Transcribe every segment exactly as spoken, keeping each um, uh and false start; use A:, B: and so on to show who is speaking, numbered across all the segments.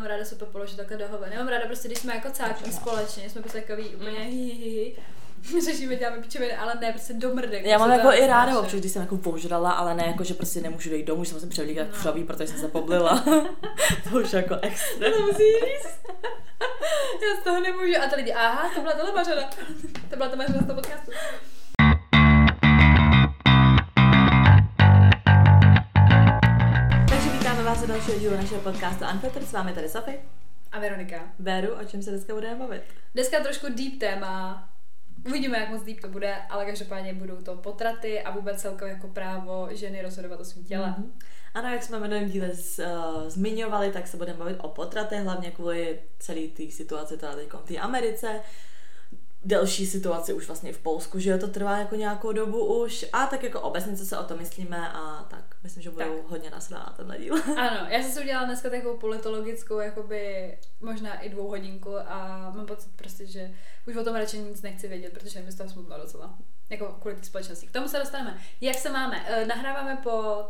A: ráda super položit takhle do hove. Nemám ráda prostě, když jsme jako cákli společně, jsme prostě takový úplně hihihi. Řešíme, děláme pičoviny, ale ne prostě do mrdek.
B: Já mám jako i ráda občas, když jsem jako požrala, ale ne jako, že prostě nemůžu dojít domů, že jsem se převlíkat no. Křoví, protože jsem se poblila. To už jako extra.
A: To musí říct. Já z toho nemůžu. A to lidi, aha, to byla tohle Mařena. To byla to Mařena z toho podcastu.
B: Takže vítáme vás u dalšího dílu našeho podcastu Unfiltered. S vámi tady Sofie.
A: A Veronika.
B: Beru, o čem se dneska budeme bavit?
A: Dneska trošku deep téma. Uvidíme, jak moc deep to bude, ale každopádně budou to potraty a vůbec celkově jako právo ženy rozhodovat o svém těle. Mm-hmm.
B: Ano, jak jsme v minulém díle z, uh, zmiňovali, tak se budeme bavit o potratech, hlavně kvůli celé té situaci teda teď v té Americe. Delší situaci už vlastně v Polsku, že to trvá jako nějakou dobu už. A tak jako obecně, co se o to myslíme a tak. Myslím, že budou tak. hodně nasrat na tenhle díl.
A: Ano, já jsem si udělala dneska takovou politologickou, jakoby možná i dvou hodinku a mám pocit prostě, že už o tom radši nic nechci vědět, protože mi z toho smutno docela. Jako kvůli té společnosti. K tomu se dostaneme. Jak se máme? E, nahráváme po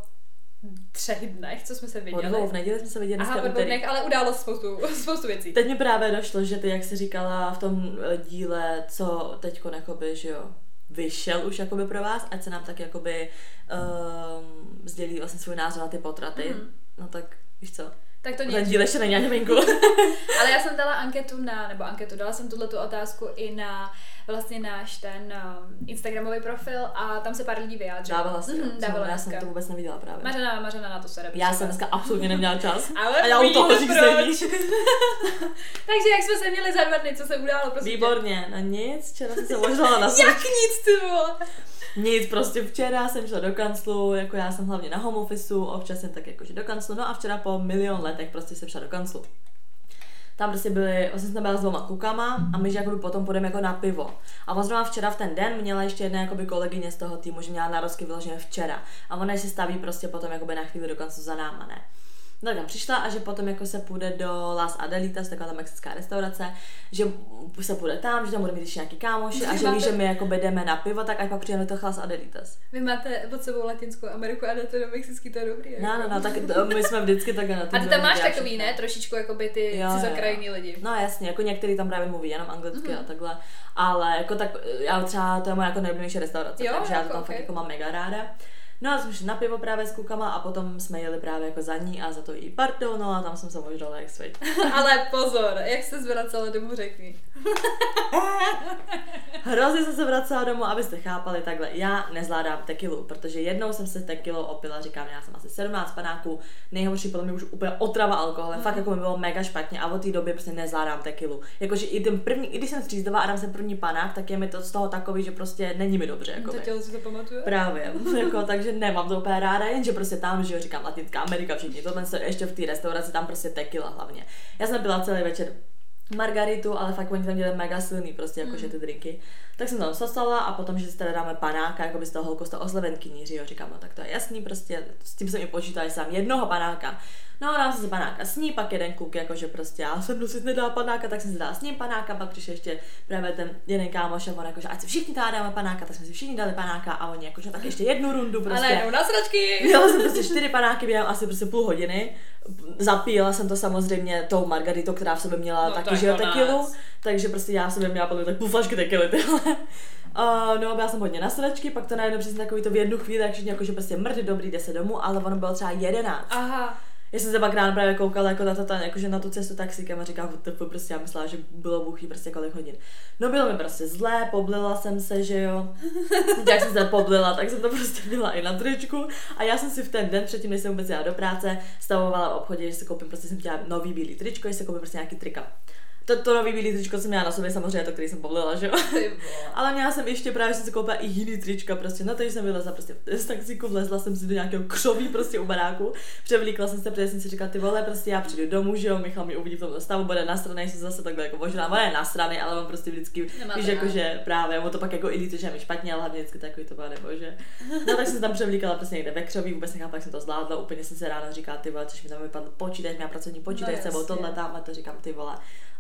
A: třech dnech, co jsme se viděli.
B: Po dvou, v neděli jsme se viděli dneska.
A: Aha, po dvou dnech, ale událo spoustu, spoustu věcí.
B: Teď mi právě došlo, že ty, jak jsi říkala v tom díle, co teďko jakoby, že jo, vyšel už jakoby pro vás, ať se nám tak jakoby um, sdělí vlastně svůj názor na ty potraty. Mm. No tak víš co?
A: Tak to
B: ten díl ještě není ani vinku.
A: Ale já jsem dala anketu na, nebo anketu, dala jsem tuto otázku i na vlastně náš ten um, Instagramový profil a tam se pár lidí vyjádřilo.
B: Dávala si,
A: mm-hmm, dávala
B: já jsem to vůbec neviděla právě.
A: Mařena, Mařena na to se repři.
B: Já jsem dneska absolutně neměla čas.
A: Ale
B: a já u toho řízení.
A: Takže jak jsme se měli za dva dny, co se událo? Prostě
B: výborně, no nic, včera jsem se možnala na
A: Jak nic, ty vole?
B: Nic, prostě včera jsem šla do kanclu, jako já jsem hlavně na home officeu, občas jsem tak jakože do kanclu, no a včera po milion letech prostě jsem šla do kanclu. Tam prostě byly, vlastně jsem byla s dvoma klukama a my že jakoby potom půjdeme jako na pivo. A on zrovna včera v ten den měla ještě jedna jakoby kolegyně z toho týmu, že měla narozky vyložené včera. A ona se staví prostě potom jakoby na chvíli do kanclu za náma, ne? No tam přišla a že potom jako se půjde do Las Adelitas, taková ta mexická restaurace, že se půjde tam, že tam bude mít ještě nějaký kámoši a že máte... ví, že my jako jdeme na pivo, tak ať pak přijeme do toho Las Adelitas.
A: Vy máte pod sebou Latinskou Ameriku a jdete do Mexický, to je dobrý.
B: No, no, no, tak to, my jsme vždycky takhle na to.
A: A ty tam máš takový, ne? Trošičku jako by ty cizokrajní lidi.
B: No jasně, jako některý tam právě mluví jenom anglicky mm-hmm. a takhle, ale jako tak, já třeba, to je moje jako nejbližší restaurace, jo, takže já to tam okay. fakt jako mám mega ráda. No a jsme šli na pivo právě s klukama a potom jsme jeli právě jako za ní a za to jí partou, no a tam jsem se moždala jak svět.
A: Ale pozor, jak jste zvracela domů, řekni.
B: Hrozně jsem se vracela domů, abyste chápali takhle. Já nezvládám tekilu, protože jednou jsem se tekilou opila, říkám, já jsem asi sedmnáct panáků, nejhorší podle mě už úplně otrava alkoholem, mm. fakt jako mi bylo mega špatně a od té doby prostě nezvládám tekilu. Jakože i ten první, i když jsem střízdavá a dám jsem první panák, tak je mi to z toho takový, že prostě není mi dobře. Jako
A: to tělo si to pamatuje?
B: Právě, jako, takže nemám to úplně ráda, jenže prostě tam, že jo, říkám Latinská Amerika, všichni, tohle ještě v té restauraci, tam prostě tequila hlavně. Já jsem byla celý večer margaritu, ale fakt oni tam dělali mega silný prostě jakože ty drinky. Tak jsem tam sosala a potom, že si teda dáme panáka, jako by z toho holko z toho oslevenkyní, že jo, říkám, no tak to je jasný, prostě s tím jsem i počítala, že jsem jednoho panáka. No, dám si panáka s ní, pak jeden kluk, jakože prostě já jsem si nedala panáka, tak jsem si dala s ním panáka, pak přišel ještě právě ten jeden kámoš a on jakože ať si všichni teda dáme panáka, tak jsme si všichni dali panáka a oni jakože tak ještě jednu rundu prostě.
A: Ale jenom na sračky.
B: Měla jsem prostě čtyři panáky během asi prostě půl hodiny. Zapíjela jsem to samozřejmě tou margaritou, která v sobě měla no, taky, že jo, tekilu, takže prostě já v sobě měla podle tak půl flašky tekily, tyhle. Uh, no, byla jsem hodně na sračky, pak to najednou přesně takový to v jednu chvíli, jak všichni jakože prostě mrdy, dobrý, jde se domů, ale ono bylo třeba jedenáct.
A: Aha.
B: Já jsem se pak ráno právě koukala jako na, to, ta, jakože na tu cestu taxíkem a říkala, že prostě já myslela, že bylo bůh prostě kolik hodin. No bylo mi prostě zlé, poblila jsem se, že jo. Jak jsem se poblila, tak jsem to prostě měla i na tričku. A já jsem si v ten den předtím, než jsem vůbec jela do práce, stavovala v obchodě, že si koupím, prostě jsem chtěla nový bílý tričko, že si koupím prostě nějaký trika. To, to nový bílý tričko jsem měla na sobě, samozřejmě to, který jsem poblila, že jo. Ale měla jsem ještě právě, že jsem si koupila i jiný trička, prostě na to, že jsem vylezla prostě z taxíku, vlezla jsem si do nějakého křoví prostě u baráku, převlíkla jsem se, protože jsem si říkala, ty vole, prostě já přijdu domů, že jo, Michal mě uvidí v tom stavu, bude nasranej, jsem zase takhle jako možná, on je nasranej, ale on prostě vždycky, víš, jakože právě, on to pak jako i líto, že je mi špatně, ale hlavně vždycky takový to bylo, nebo že. No tak jsem se tam převlíkala prostě někde ve křoví, vůbec nechápala, jak jsem to zvládla, úplně jsem se ráno říkala, ty vole, což mi tam vypadl počítač, měla pracovní počítač, no, sebou tohle tam, a to říkám, ty vole. A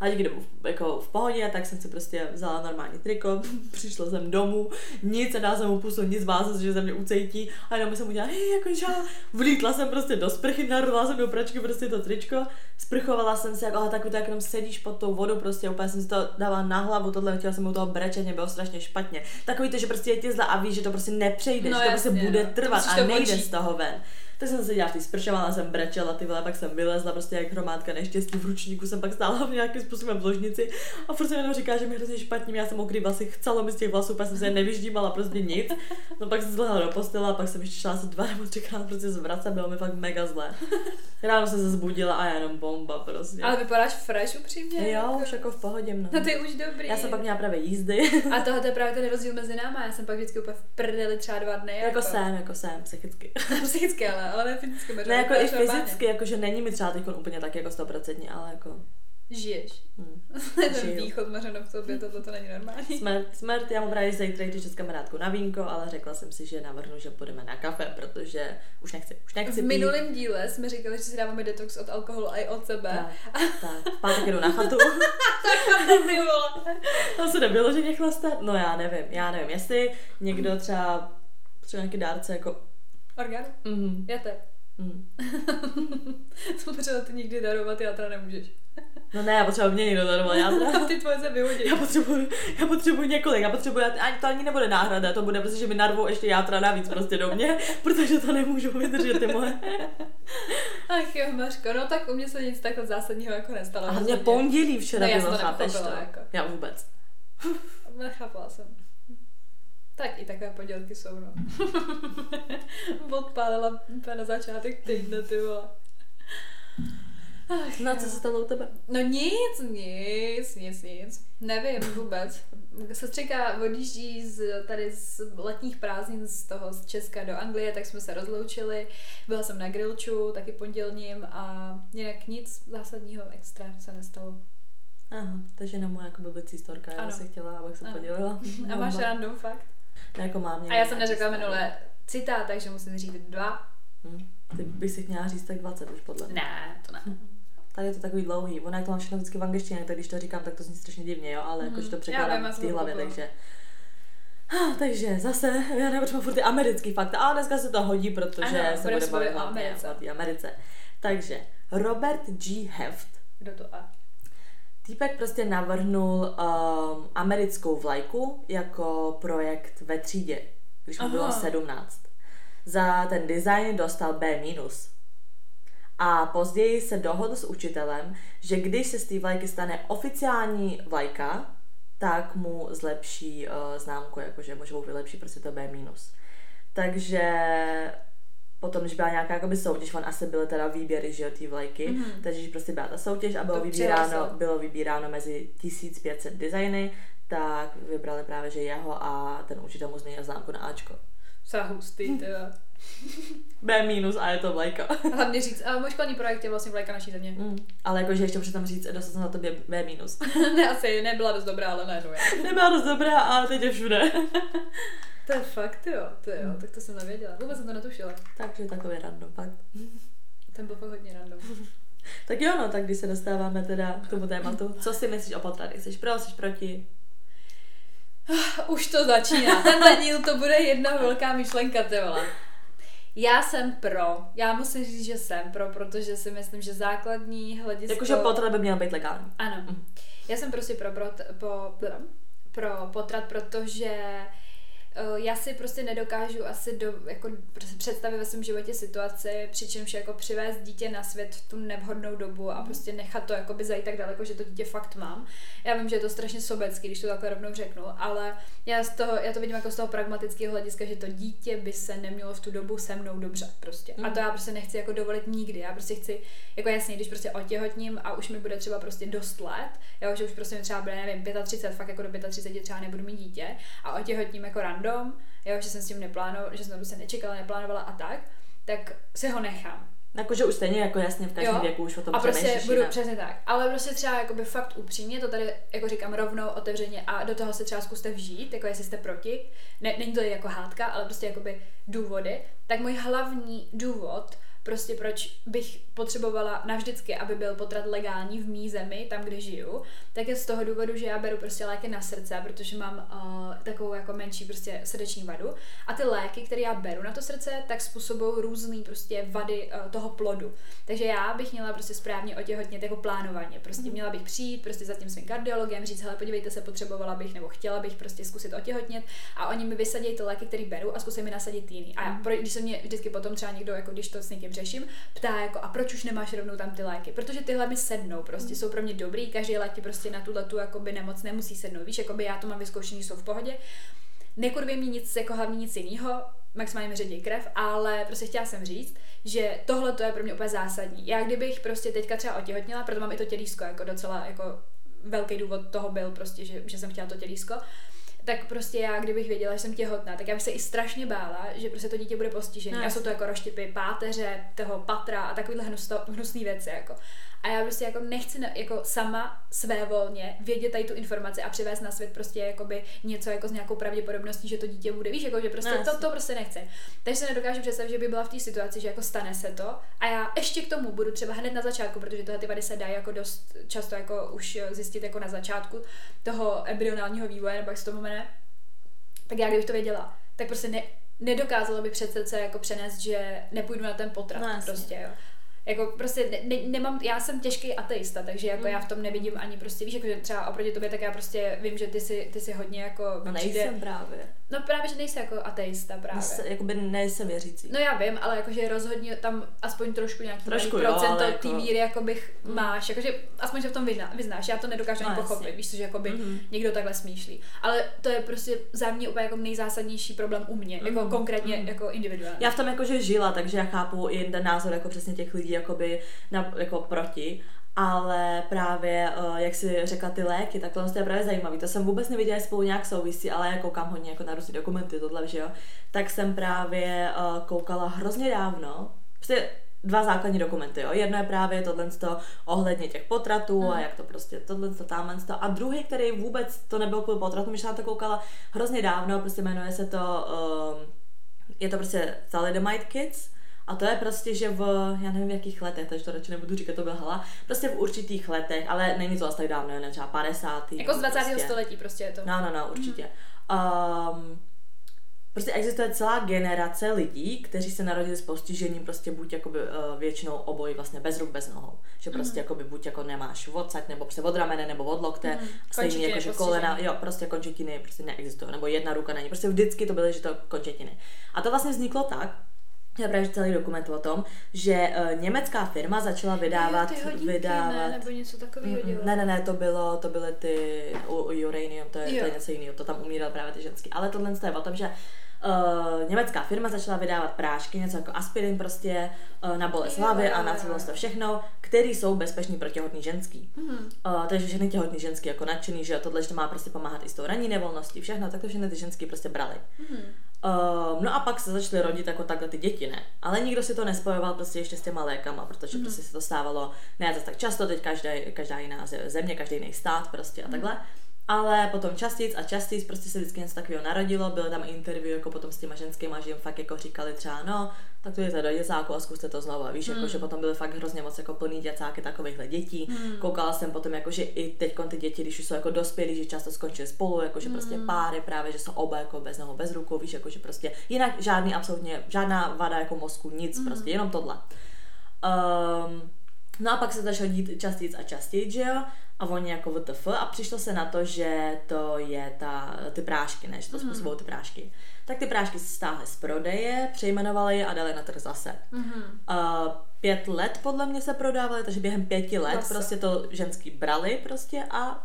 B: a díky tomu jako v pohodě, tak jsem si prostě vzala normální triko, přišla jsem domů, nic, dala jsem mu pusu, nic, bála jsem se, že ze mě ucejtí a jenom jsem udělala, hej, jako čau, vlítla jsem prostě do sprchy, narvala jsem do pračky prostě to tričko, sprchovala jsem se, ale tak to jak jenom sedíš pod tou vodou, prostě úplně jsem si to dala na hlavu, tohle chtěla jsem u toho brečet, mě bylo strašně špatně. Takový to, že prostě je ti zle a víš, že to prostě nepřejde,
A: no,
B: že to prostě
A: jasně,
B: bude
A: no.
B: trvat a
A: to
B: nejde
A: močí.
B: z toho ven. Tak jsem se dělala v té spršovala, jsem brečela, ty vole, pak jsem vylezla prostě jak hromádka neštěstí, v ručníku jsem pak stála v nějakým způsobem v ložnici a prostě jenom říká, že mi hrozně špatně, já jsem mokrý vlasy, chcelo mi z těch vlasů, pak jsem se nevyždímala prostě nic. No pak jsem zlehla do postele a pak jsem ještě šla asi dva nebo třikrát prostě zvracet, bylo mi fakt mega zlé. Ráno jsem se zbudila a já jenom bomba prostě.
A: Ale vypadáš fresh upřímně?
B: Jo,
A: jako...
B: už jako v pohodě, no.
A: No ty už dobrý.
B: Já jsem pak měla právě jízdy.
A: A tohle je právě ten rozdíl mezi náma, já jsem pak vždycky úplně v prdeli třeba dva dny.
B: Jako, jako jsem, jako jsem, psychicky.
A: Psychicky, ale, ale ne fyzicky.
B: Ne, jako i fyzicky, jakože není mi třeba teď úplně tak jako stoprocentně, ale jako...
A: Žiješ.
B: Hmm.
A: Ten východ mařeno v tobě, tohle to není normální.
B: Smrt, smrt, já mám právě zítra jít s kamarádkou na vínko, ale řekla jsem si, že navrhnu, že půjdeme na kafe, protože už nechci, už nechci
A: V minulém díle jsme říkali, že si dáváme detox od alkoholu a i od sebe.
B: Tak, tak. V pátek jdu na chatu.
A: Tak ty vole.
B: To se nebylo, že mě chlastat? No já nevím, já nevím, jestli někdo třeba, třeba nějaký dárce jako...
A: Orgán?
B: Mhm.
A: Já te.
B: Mhm.
A: To potřeba ty nikdy darovat, já teda nemůžeš.
B: No ne, já potřebuji mě někdo darovat, já teda...
A: Ty tvoje se vyhodí.
B: Já potřebuji, já potřebuji několik, já potřebuji, ani to ani nebude náhrada, to bude prostě, že mi narvou ještě játra navíc prostě do mě, protože to nemůžu vydržet, ty moje.
A: Ach jo, Mařko, no tak u mě se nic takhle zásadního jako nestalo.
B: A mě pondělí včera
A: no,
B: bylo, chápeš to?
A: Jako.
B: Já vůbec.
A: Nechápala jsem. Tak i takové podělky jsou, no. Odpálila úplně na začátek týdne, ty vole. Ach,
B: no, co se stalo u tebe?
A: No nic, nic, nic, nic. Nevím vůbec. Sestřika odjíždí z, tady z letních prázdnin z toho z Česka do Anglie, tak jsme se rozloučili. Byla jsem na grillču, taky pondělním a jinak nic zásadního extra se nestalo.
B: Aha, takže na moje jako blbící storka, já se chtěla, abych se ano. podělila.
A: A máš random fakt?
B: No, jako mám
A: a já jsem neřekla minule citát, takže musím říct dva.
B: Hmm. Ty bys si měla říct tak dvacet už podle mě.
A: Ne, to ne.
B: Tady je to takový dlouhý, ona jak to mám všechno vždycky v angličtině, tak když to říkám, tak to zní strašně divně, jo, ale mm. jakož to překládám v té hlavě, takže... Takže zase, já nepotřebuji furt ty americký fakta, ale dneska se to hodí, protože ano, se bude bavit o Americe. Americe. Takže Robert G. Heft.
A: Kdo to a?
B: Týpek prostě navrhnul um, americkou vlajku jako projekt ve třídě, když mu bylo sedmnáct. Za ten design dostal B minus. A později se dohodl s učitelem, že když se z té vlajky stane oficiální vlajka, tak mu zlepší uh, známku, jakože možná vylepší prostě to B minus. Takže potom, když byla nějaká jakoby soutěž, on asi byly teda výběry, že jo, té vlajky, mm-hmm. takže když prostě byla ta soutěž a bylo vybíráno, bylo vybíráno mezi tisíc pět set designy, tak vybrali právě, že jeho a ten učitel mu změnil známku na Ačko.
A: Sá hustý, teda.
B: B minus a je to vlajka.
A: Hlavně říct, a můj školní projekt je vlastně vlajka naší země.
B: Mm, ale jakože ještě můžu tam říct, dostal jsem na to B minus.
A: Ne, asi nebyla dost dobrá, ale najednou je.
B: Nebyla dost dobrá, ale teď je všude.
A: To je fakt, jo, to jo, tak to jsem nevěděla. Vůbec jsem to netušila.
B: Takže takový random fakt.
A: Ten byl fakt hodně random.
B: Tak jo, no, tak když se dostáváme teda k tomu tématu, co si myslíš o potratech? Jsi pro, jsi proti?
A: Už to začíná. Tenhle díl to bude jedna velká myšlenka, ty vole. Já jsem pro. Já musím říct, že jsem pro, protože si myslím, že základní hledisko...
B: Jakože potrat by měl být legální.
A: Ano. Mm. Já jsem prostě pro, pro, po, pro potrat, protože já si prostě nedokážu asi do, jako představit ve svém životě situaci, přičemž jako přivést dítě na svět v tu nevhodnou dobu a prostě nechat to jakoby zajít tak daleko, že to dítě fakt mám. Já vím, že je to strašně sobecký, když to takhle rovnou řeknu, ale já, z toho, já to vidím jako z toho pragmatického hlediska, že to dítě by se nemělo v tu dobu se mnou dobře prostě. Mm. A to já prostě nechci jako dovolit nikdy. Já prostě chci, jako jasně, když prostě otěhotním a už mi bude třeba prostě dost let, jo, že už prostě mi třeba bude, nevím, třicet pět, fakt jako do třicet pět třeba nebudu mít dítě a otěhotním jako random, jo, že jsem s tím neplánovala, že jsem to prostě nečekala, neplánovala a tak, tak si ho nechám.
B: Jakože už stejně jako jasně v každém věku už o tom
A: a prostě
B: přemýšlíš,
A: budu
B: ne?
A: Přesně tak. Ale prostě třeba jakoby fakt upřímně, to tady jako říkám rovnou, otevřeně a do toho se třeba zkuste vžít, jako jestli jste proti. Ne, není to jako hádka, ale prostě jakoby důvody. Tak můj hlavní důvod prostě proč bych potřebovala navždycky, aby byl potrat legální v mý zemi, tam, kde žiju, tak je z toho důvodu, že já beru prostě léky na srdce, protože mám uh, takovou jako menší prostě srdeční vadu a ty léky, které já beru na to srdce, tak způsobují různý prostě vady uh, toho plodu. Takže já bych měla prostě správně otěhotnět jako plánovaně. Prostě mm. měla bych přijít prostě za tím svým kardiologem, říct, hele, podívejte se, potřebovala bych nebo chtěla bych prostě zkusit otěhotnět a oni mi vysadí ty léky, které beru a zkusí mi nasadit jiný. A mm. pro, když se mě vždycky potom třeba někdo, jako když to s někým řeším, ptá jako, a proč už nemáš rovnou tam ty léky? Protože tyhle mi sednou, prostě mm. jsou pro mě dobrý, každý lék ti prostě na tuhle tu jakoby nemoc nemusí sednout. Víš, jakoby já to mám vyzkoušený, jsou v pohodě. Nekurví mi nic, jako hlavně nic jiného, maximálně mi ředí krev, ale prostě chtěla jsem říct, že tohle to je pro mě úplně zásadní. Já kdybych prostě teďka třeba otěhotněla, proto mám i to tělísko, jako docela jako velký důvod toho byl prostě, že, že jsem chtěla to tělísko, tak prostě já, kdybych věděla, že jsem těhotná, tak já bych se i strašně bála, že prostě to dítě bude postižené. No, a jsou to jako rozštěpy páteře, toho patra a takovýhle hnusné věci jako. A já prostě jako nechci jako sama svévolně vědět tady tu informaci a přivést na svět prostě jakoby něco jako s nějakou pravděpodobností, že to dítě bude, víš, jako že prostě no, to, to prostě nechci. Takže se nedokážu představit, že by byla v té situaci, že jako stane se to a já ještě k tomu budu třeba hned na začátku, protože tohle ty vady se dají jako dost často jako už zjistit jako na začátku toho embryonálního vývoje, nebo jak se to jmenuje. Tak já kdybych to věděla, tak prostě ne, nedokázala by před srdce jako přenést, že nepůjdu na ten potrat, no, prostě, jo. Jako prostě ne, ne, nemám, já jsem těžký ateista, takže jako mm. já v tom nevidím ani prostě, víš, jako že třeba oproti tobě, tak já prostě vím, že ty si, ty si hodně jako...
B: No nejsem právě.
A: No právě, že nejsi jako ateista právě. Nejsem,
B: jakoby nejsem věřící.
A: No já vím, ale jakože rozhodně tam aspoň trošku nějaký
B: trošku,
A: procento
B: jako...
A: té víry jakobych mm. máš, jakože aspoň, že v tom vyzná, vyznáš, já to nedokážu ani no, pochopit, víš, že jakoby mm-hmm. někdo takhle smýšlí. Ale to je prostě za mě úplně jako nejzásadnější problém u mě, mm. jako konkrétně mm. jako individuálně.
B: Já v tom jakože žila, takže já chápu i ten názor jako přesně těch lidí jakoby na, jako proti, ale právě, jak si řekla ty léky, tak to je právě zajímavý. To jsem vůbec neviděla, že spolu nějak souvisí, ale já koukám hodně jako na různý dokumenty, tohle, že jo. Tak jsem právě koukala hrozně dávno, prostě dva základní dokumenty, jo. Jedno je právě tohle ohledně těch potratů mm. a jak to prostě tohle, tamhle a druhý, který vůbec to nebyl kvůli potratům, že jsem to koukala hrozně dávno, prostě jmenuje se to, um, je to prostě Thalidomide Kids. A to je prostě, že v, já nevím v jakých letech, takže to radši nebudu říkat, to byla hala, prostě v určitých letech, ale není to asi tak dávno, ne třeba padesátých
A: Jako z dvacátého
B: prostě.
A: století prostě je to.
B: No, no, no, určitě. Mm. Um, prostě existuje celá generace lidí, kteří se narodili s postižením prostě buď jakoby uh, většinou obojí vlastně bez ruk, bez nohou. Že prostě mm. jakoby buď jako nemáš odsaď, nebo prostě od ramene, nebo od lokte, mm. stejně jako že kolena, jo, prostě končetiny prostě neexistují, nebo jedna ruka není. Prostě vždycky to byly, že to končetiny. A to vlastně vzniklo tak, je právě celý dokument o tom, že uh, německá firma začala vydávat...
A: Jo, ty hodinky,
B: vydávat...
A: ne, nebo něco takového dělat.
B: Ne, ne, ne, to bylo, to byly ty u, u uranium, to je, to je něco jiného, to tam umíral právě ty ženský. Ale tohle je o tom, že uh, německá firma začala vydávat prášky, něco jako aspirin prostě, uh, na bolest hlavy a na celé to všechno, který jsou bezpečný pro těhotný ženský. Mm-hmm. Uh, takže všechny těhotný ženský jako nadšený, že tohle, že to má prostě pomáhat i s tou ranní nevolností, všechno, tak to všechny ty ženský prostě brali. Mm-hmm. Uh, no a pak se začaly rodit jako takhle ty děti, ne. Ale nikdo si to nespojoval prostě ještě s těma lékama, protože mm. prostě se to stávalo ne zase tak často, teď každý, každá jiná země, každý jiný stát prostě a mm. takhle. Ale potom častějc a častějc prostě se vždycky něco takového narodilo, byly tam interview jako potom s těma ženskýma, že jim fakt jako říkali třeba no, tak to jděte do děcáku a zkuste to znovu. Víš, mm. jako, že potom byly fakt hrozně moc jako plný děcáky takovýchhle dětí. Mm. Koukala jsem potom jako, že i teďkon ty děti, když už jsou jako dospělí, že často skončily spolu, jako že mm. prostě páry právě, že jsou oba jako bez nohou, bez rukou, víš, jako že prostě jinak žádný absolutně, žádná vada jako mozku, nic, mm. prostě jenom tohle. Um, no a pak se začalo dít častěji a častěji, že jo? A oni jako W T F a přišlo se na to, že to je ta, ty prášky, ne, že to způsobují ty prášky. Tak ty prášky se stáhly z prodeje, přejmenovali je a dali na trh zase. Mm-hmm. Uh, pět let podle mě se prodávaly, takže během pěti let zase. Prostě to ženský brali prostě a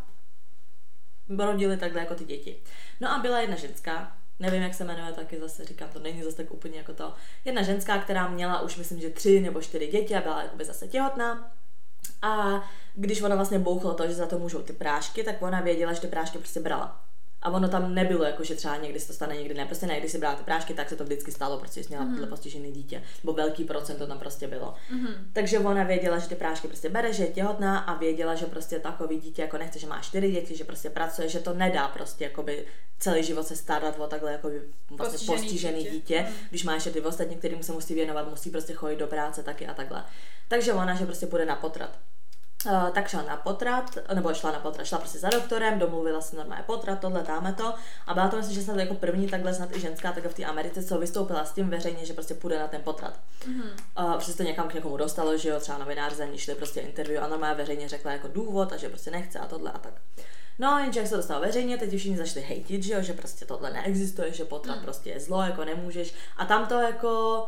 B: rodili takhle jako ty děti. No a byla jedna ženská, nevím, jak se jmenuje, taky zase říkám, to není zase tak úplně jako to. Jedna ženská, která měla už myslím, že tři nebo čtyři děti a byla jakoby zase těhotná. A když ona vlastně bouchla to, že za to můžou ty prášky, tak ona věděla, že ty prášky prostě brala. A ono tam nebylo, jako že třeba někdy se to stane, někdy ne. Prostě ne, když si brala ty prášky, tak se to vždycky stalo, protože jsi měla mm-hmm. postižené dítě. Nebo velký procent to tam prostě bylo. Mm-hmm. Takže ona věděla, že ty prášky prostě bere, že je těhotná a věděla, že prostě takový dítě jako nechce, že má čtyři děti, že prostě pracuje, že to nedá prostě jakoby celý život se starat o takhle jakoby vlastně postižený, postižený dítě. dítě. Mm. Když má ještě ty ostatní, kterým se musí věnovat, musí prostě chodit do práce taky a takhle. Takže ona, že prostě půjde na potrat. Uh, tak šla na potrat, nebo šla na potrat, šla prostě za doktorem, domluvila si normálně potrat, tohle, dáme to a byla to myslím, že snad jako první takhle snad i ženská takhle v té Americe, co vystoupila s tím veřejně, že prostě půjde na ten potrat. Mm-hmm. Uh, protože to někam k někomu dostalo, že jo, třeba novináři za ní šli prostě interview a normálně veřejně řekla jako důvod a že prostě nechce a tohle a tak. No, jenže jak se to dostalo veřejně, teď všichni začali hejtit, že jo, že prostě tohle neexistuje, že potrat mm. prostě je zlo, jako nemůžeš a tam to jako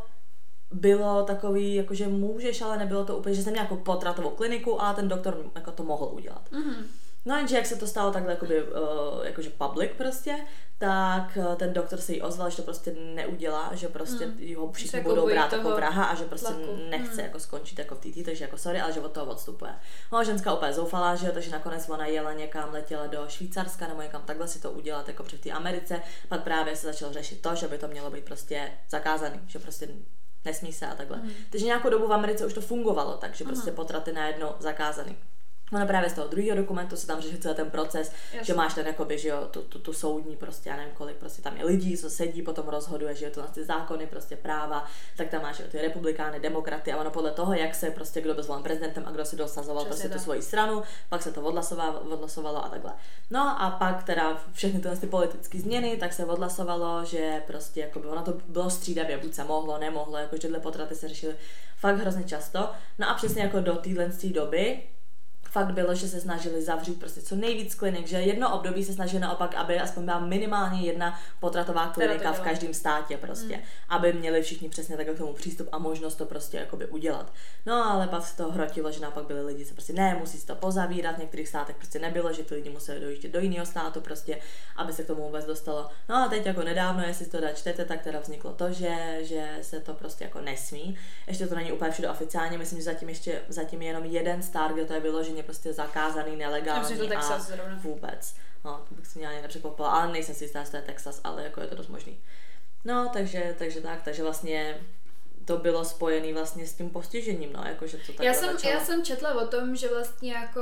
B: bylo takový, jakože můžeš, ale nebylo to úplně, že jsem měla jako potratovou kliniku, ale ten doktor jako to mohl udělat. Mm-hmm. No jenže jak se to stalo takhle jakoby, uh, jakože public prostě, tak uh, ten doktor se jí ozval, že to prostě neudělá, že prostě mm. ho všichni budou brát jako vraha a že prostě tlaku. nechce mm. jako skončit jako v té tý, takže jako sorry, ale že od toho odstupuje. No ženská úplně zoufalá, že jo, takže nakonec ona jela někam, letěla do Švýcarska nebo někam takhle si to udělat jako v té Americe, pak právě se začalo řešit to, že by to mělo být prostě zakázaný, že prostě nesmí se a takhle. Mm. Takže nějakou dobu v Americe už to fungovalo, takže mm. prostě potraty najednou zakázaný. Ono právě z toho druhého dokumentu se tam řeší celý ten proces, Jasně. že máš ten jakoby, že jo, tu, tu, tu soudní prostě, já nevím kolik, prostě tam je lidí, co sedí, potom rozhoduje, že jo, to na ty zákony, prostě práva, tak tam máš jo, ty republikány, demokraty a ono podle toho, jak se prostě kdo byl zvolen prezidentem a kdo si dosazoval Přesně prostě tak. tu svoji stranu, pak se to odhlasovalo, odhlasovalo a takhle. No a pak teda všechny tyhle ty politické změny, tak se odhlasovalo, že prostě jakoby ono to bylo střídavě, buď se mohlo, nemohlo, jako tyhle potraty se řešily fakt hrozně často. No a přesně jako do téhle doby fakt bylo, že se snažili zavřít prostě co nejvíc klinik, že jedno období se snažili naopak, aby aspoň byla minimálně jedna potratová klinika v každém státě prostě, mm. aby měli všichni přesně tak k tomu přístup a možnost to prostě jakoby udělat. No ale pak se to hrotilo, že naopak byli lidi, co prostě ne, musí se to pozavírat, v některých státech prostě nebylo, že ty lidi museli dojít do jiného státu prostě, aby se k tomu vůbec dostalo. No a teď jako nedávno, jestli to dá čtete, tak teda vzniklo to, že, že se to prostě jako nesmí. Ještě to není úplně všude oficiálně, myslím, že zatím ještě zatím je jenom jeden stát, kde to je vyloženě prostě zakázaný, nelegální
A: to
B: a
A: zrovna.
B: vůbec. No, to bych si měla nepřekvapila, ale nejsem si jistá, že to je Texas, ale jako je to dost možný. No, takže, takže tak, takže vlastně to bylo spojené vlastně s tím postižením, no, jakože to takhle
A: já jsem,
B: začalo.
A: Já jsem četla o tom, že vlastně jako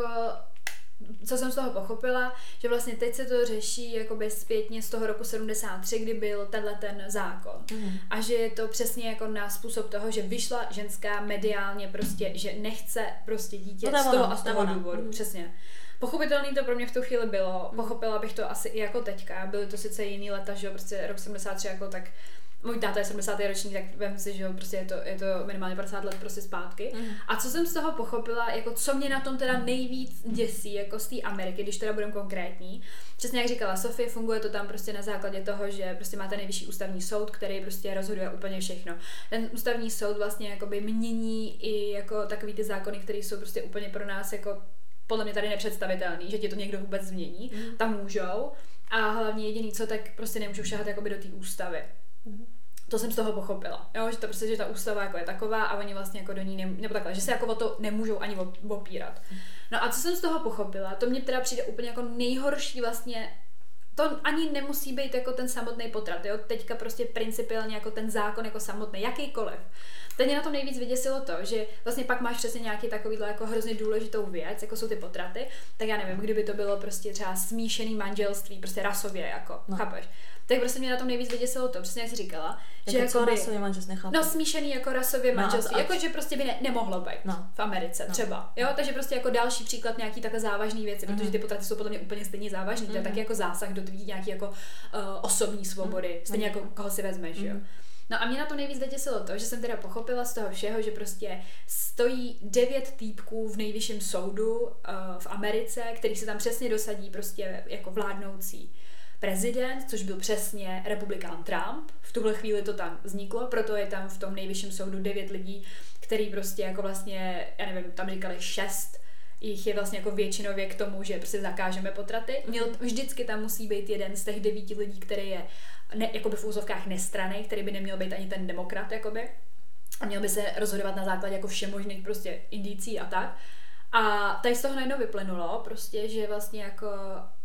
A: co jsem z toho pochopila, že vlastně teď se to řeší jakoby zpětně z toho roku sedmdesát tři, kdy byl tenhle ten zákon. Mm. A že je to přesně jako na způsob toho, že vyšla ženská mediálně prostě, že nechce prostě dítě
B: no,
A: z toho a z toho
B: ona.
A: důvodu. Mm. Přesně. Pochopitelný to pro mě v tu chvíli bylo, pochopila bych to asi i jako teďka, byly to sice jiný leta, že jo, prostě rok sedmdesát tři jako tak, můj táta je sedmdesátý ročník, tak vem si, že jo, prostě je to, je to minimálně padesát let prostě zpátky. Mm. A co jsem z toho pochopila, jako co mě na tom teda nejvíc děsí, jako z té Ameriky, když teda budem konkrétní, přesně jak říkala Sofie, funguje to tam prostě na základě toho, že prostě máte nejvyšší ústavní soud, který prostě rozhoduje úplně všechno. Ten ústavní soud vlastně jakoby mění i jako takový ty zákony, které jsou prostě úplně pro nás jako podle mě tady nepředstavitelný, že ti to někdo vůbec změní, mm. tam můžou a hlavně jediný co, tak prostě nemůžou šahat jakoby do té ústavy. Mm. To jsem z toho pochopila, jo, že to prostě, že ta ústava jako je taková a oni vlastně jako do ní, ne, nebo takhle, že se jako o to nemůžou ani opírat. No a co jsem z toho pochopila, to mně teda přijde úplně jako nejhorší vlastně, to ani nemusí být jako ten samotný potrat, jo, teďka prostě principiálně jako ten zákon jako samotný, jakýkoliv. Teď mě na tom nejvíc vyděsilo to, že vlastně pak máš přesně nějaký takovýhle jako hrozně důležitou věc, jako jsou ty potraty, tak já nevím, kdyby to bylo prostě třeba smíšený manželství, prostě rasově jako, no. Chápeš? Tak prostě mě na tom nejvíc vyděsilo to, přesně jak jsi říkala,
B: jako
A: že jako
B: rasově manželství, nechápu.
A: No smíšený jako rasově no, manželství, jako že prostě by ne, nemohlo být no. v Americe no. třeba, jo, takže prostě jako další příklad nějaký takhle závažný věci, mm. protože ty potraty jsou podle mě úplně stejně závažný, mm. to je taky jako zásah do tvý nějaký jako uh, osobní svobody, mm. stejně jako koho si vezmeš, mm. jo. No a mě na to nejvíc vyděsilo to, že jsem teda pochopila z toho všeho, že prostě stojí devět týpků v nejvyšším soudu uh, v Americe, který se tam přesně dosadí prostě jako vládnoucí prezident, což byl přesně republikán Trump. V tuhle chvíli to tam vzniklo, proto je tam v tom nejvyšším soudu devět lidí, který prostě jako vlastně, já nevím, tam říkali šest, jich je vlastně jako většinově k tomu, že prostě zakážeme potraty. Měl, vždycky tam musí být jeden z těch devíti lidí, který je ne, jakoby v úzovkách nestranej, který by neměl být ani ten demokrat, jakoby. A měl by se rozhodovat na základě jako všemožných prostě indicí a tak. A tady z toho najednou vyplynulo prostě, že vlastně jako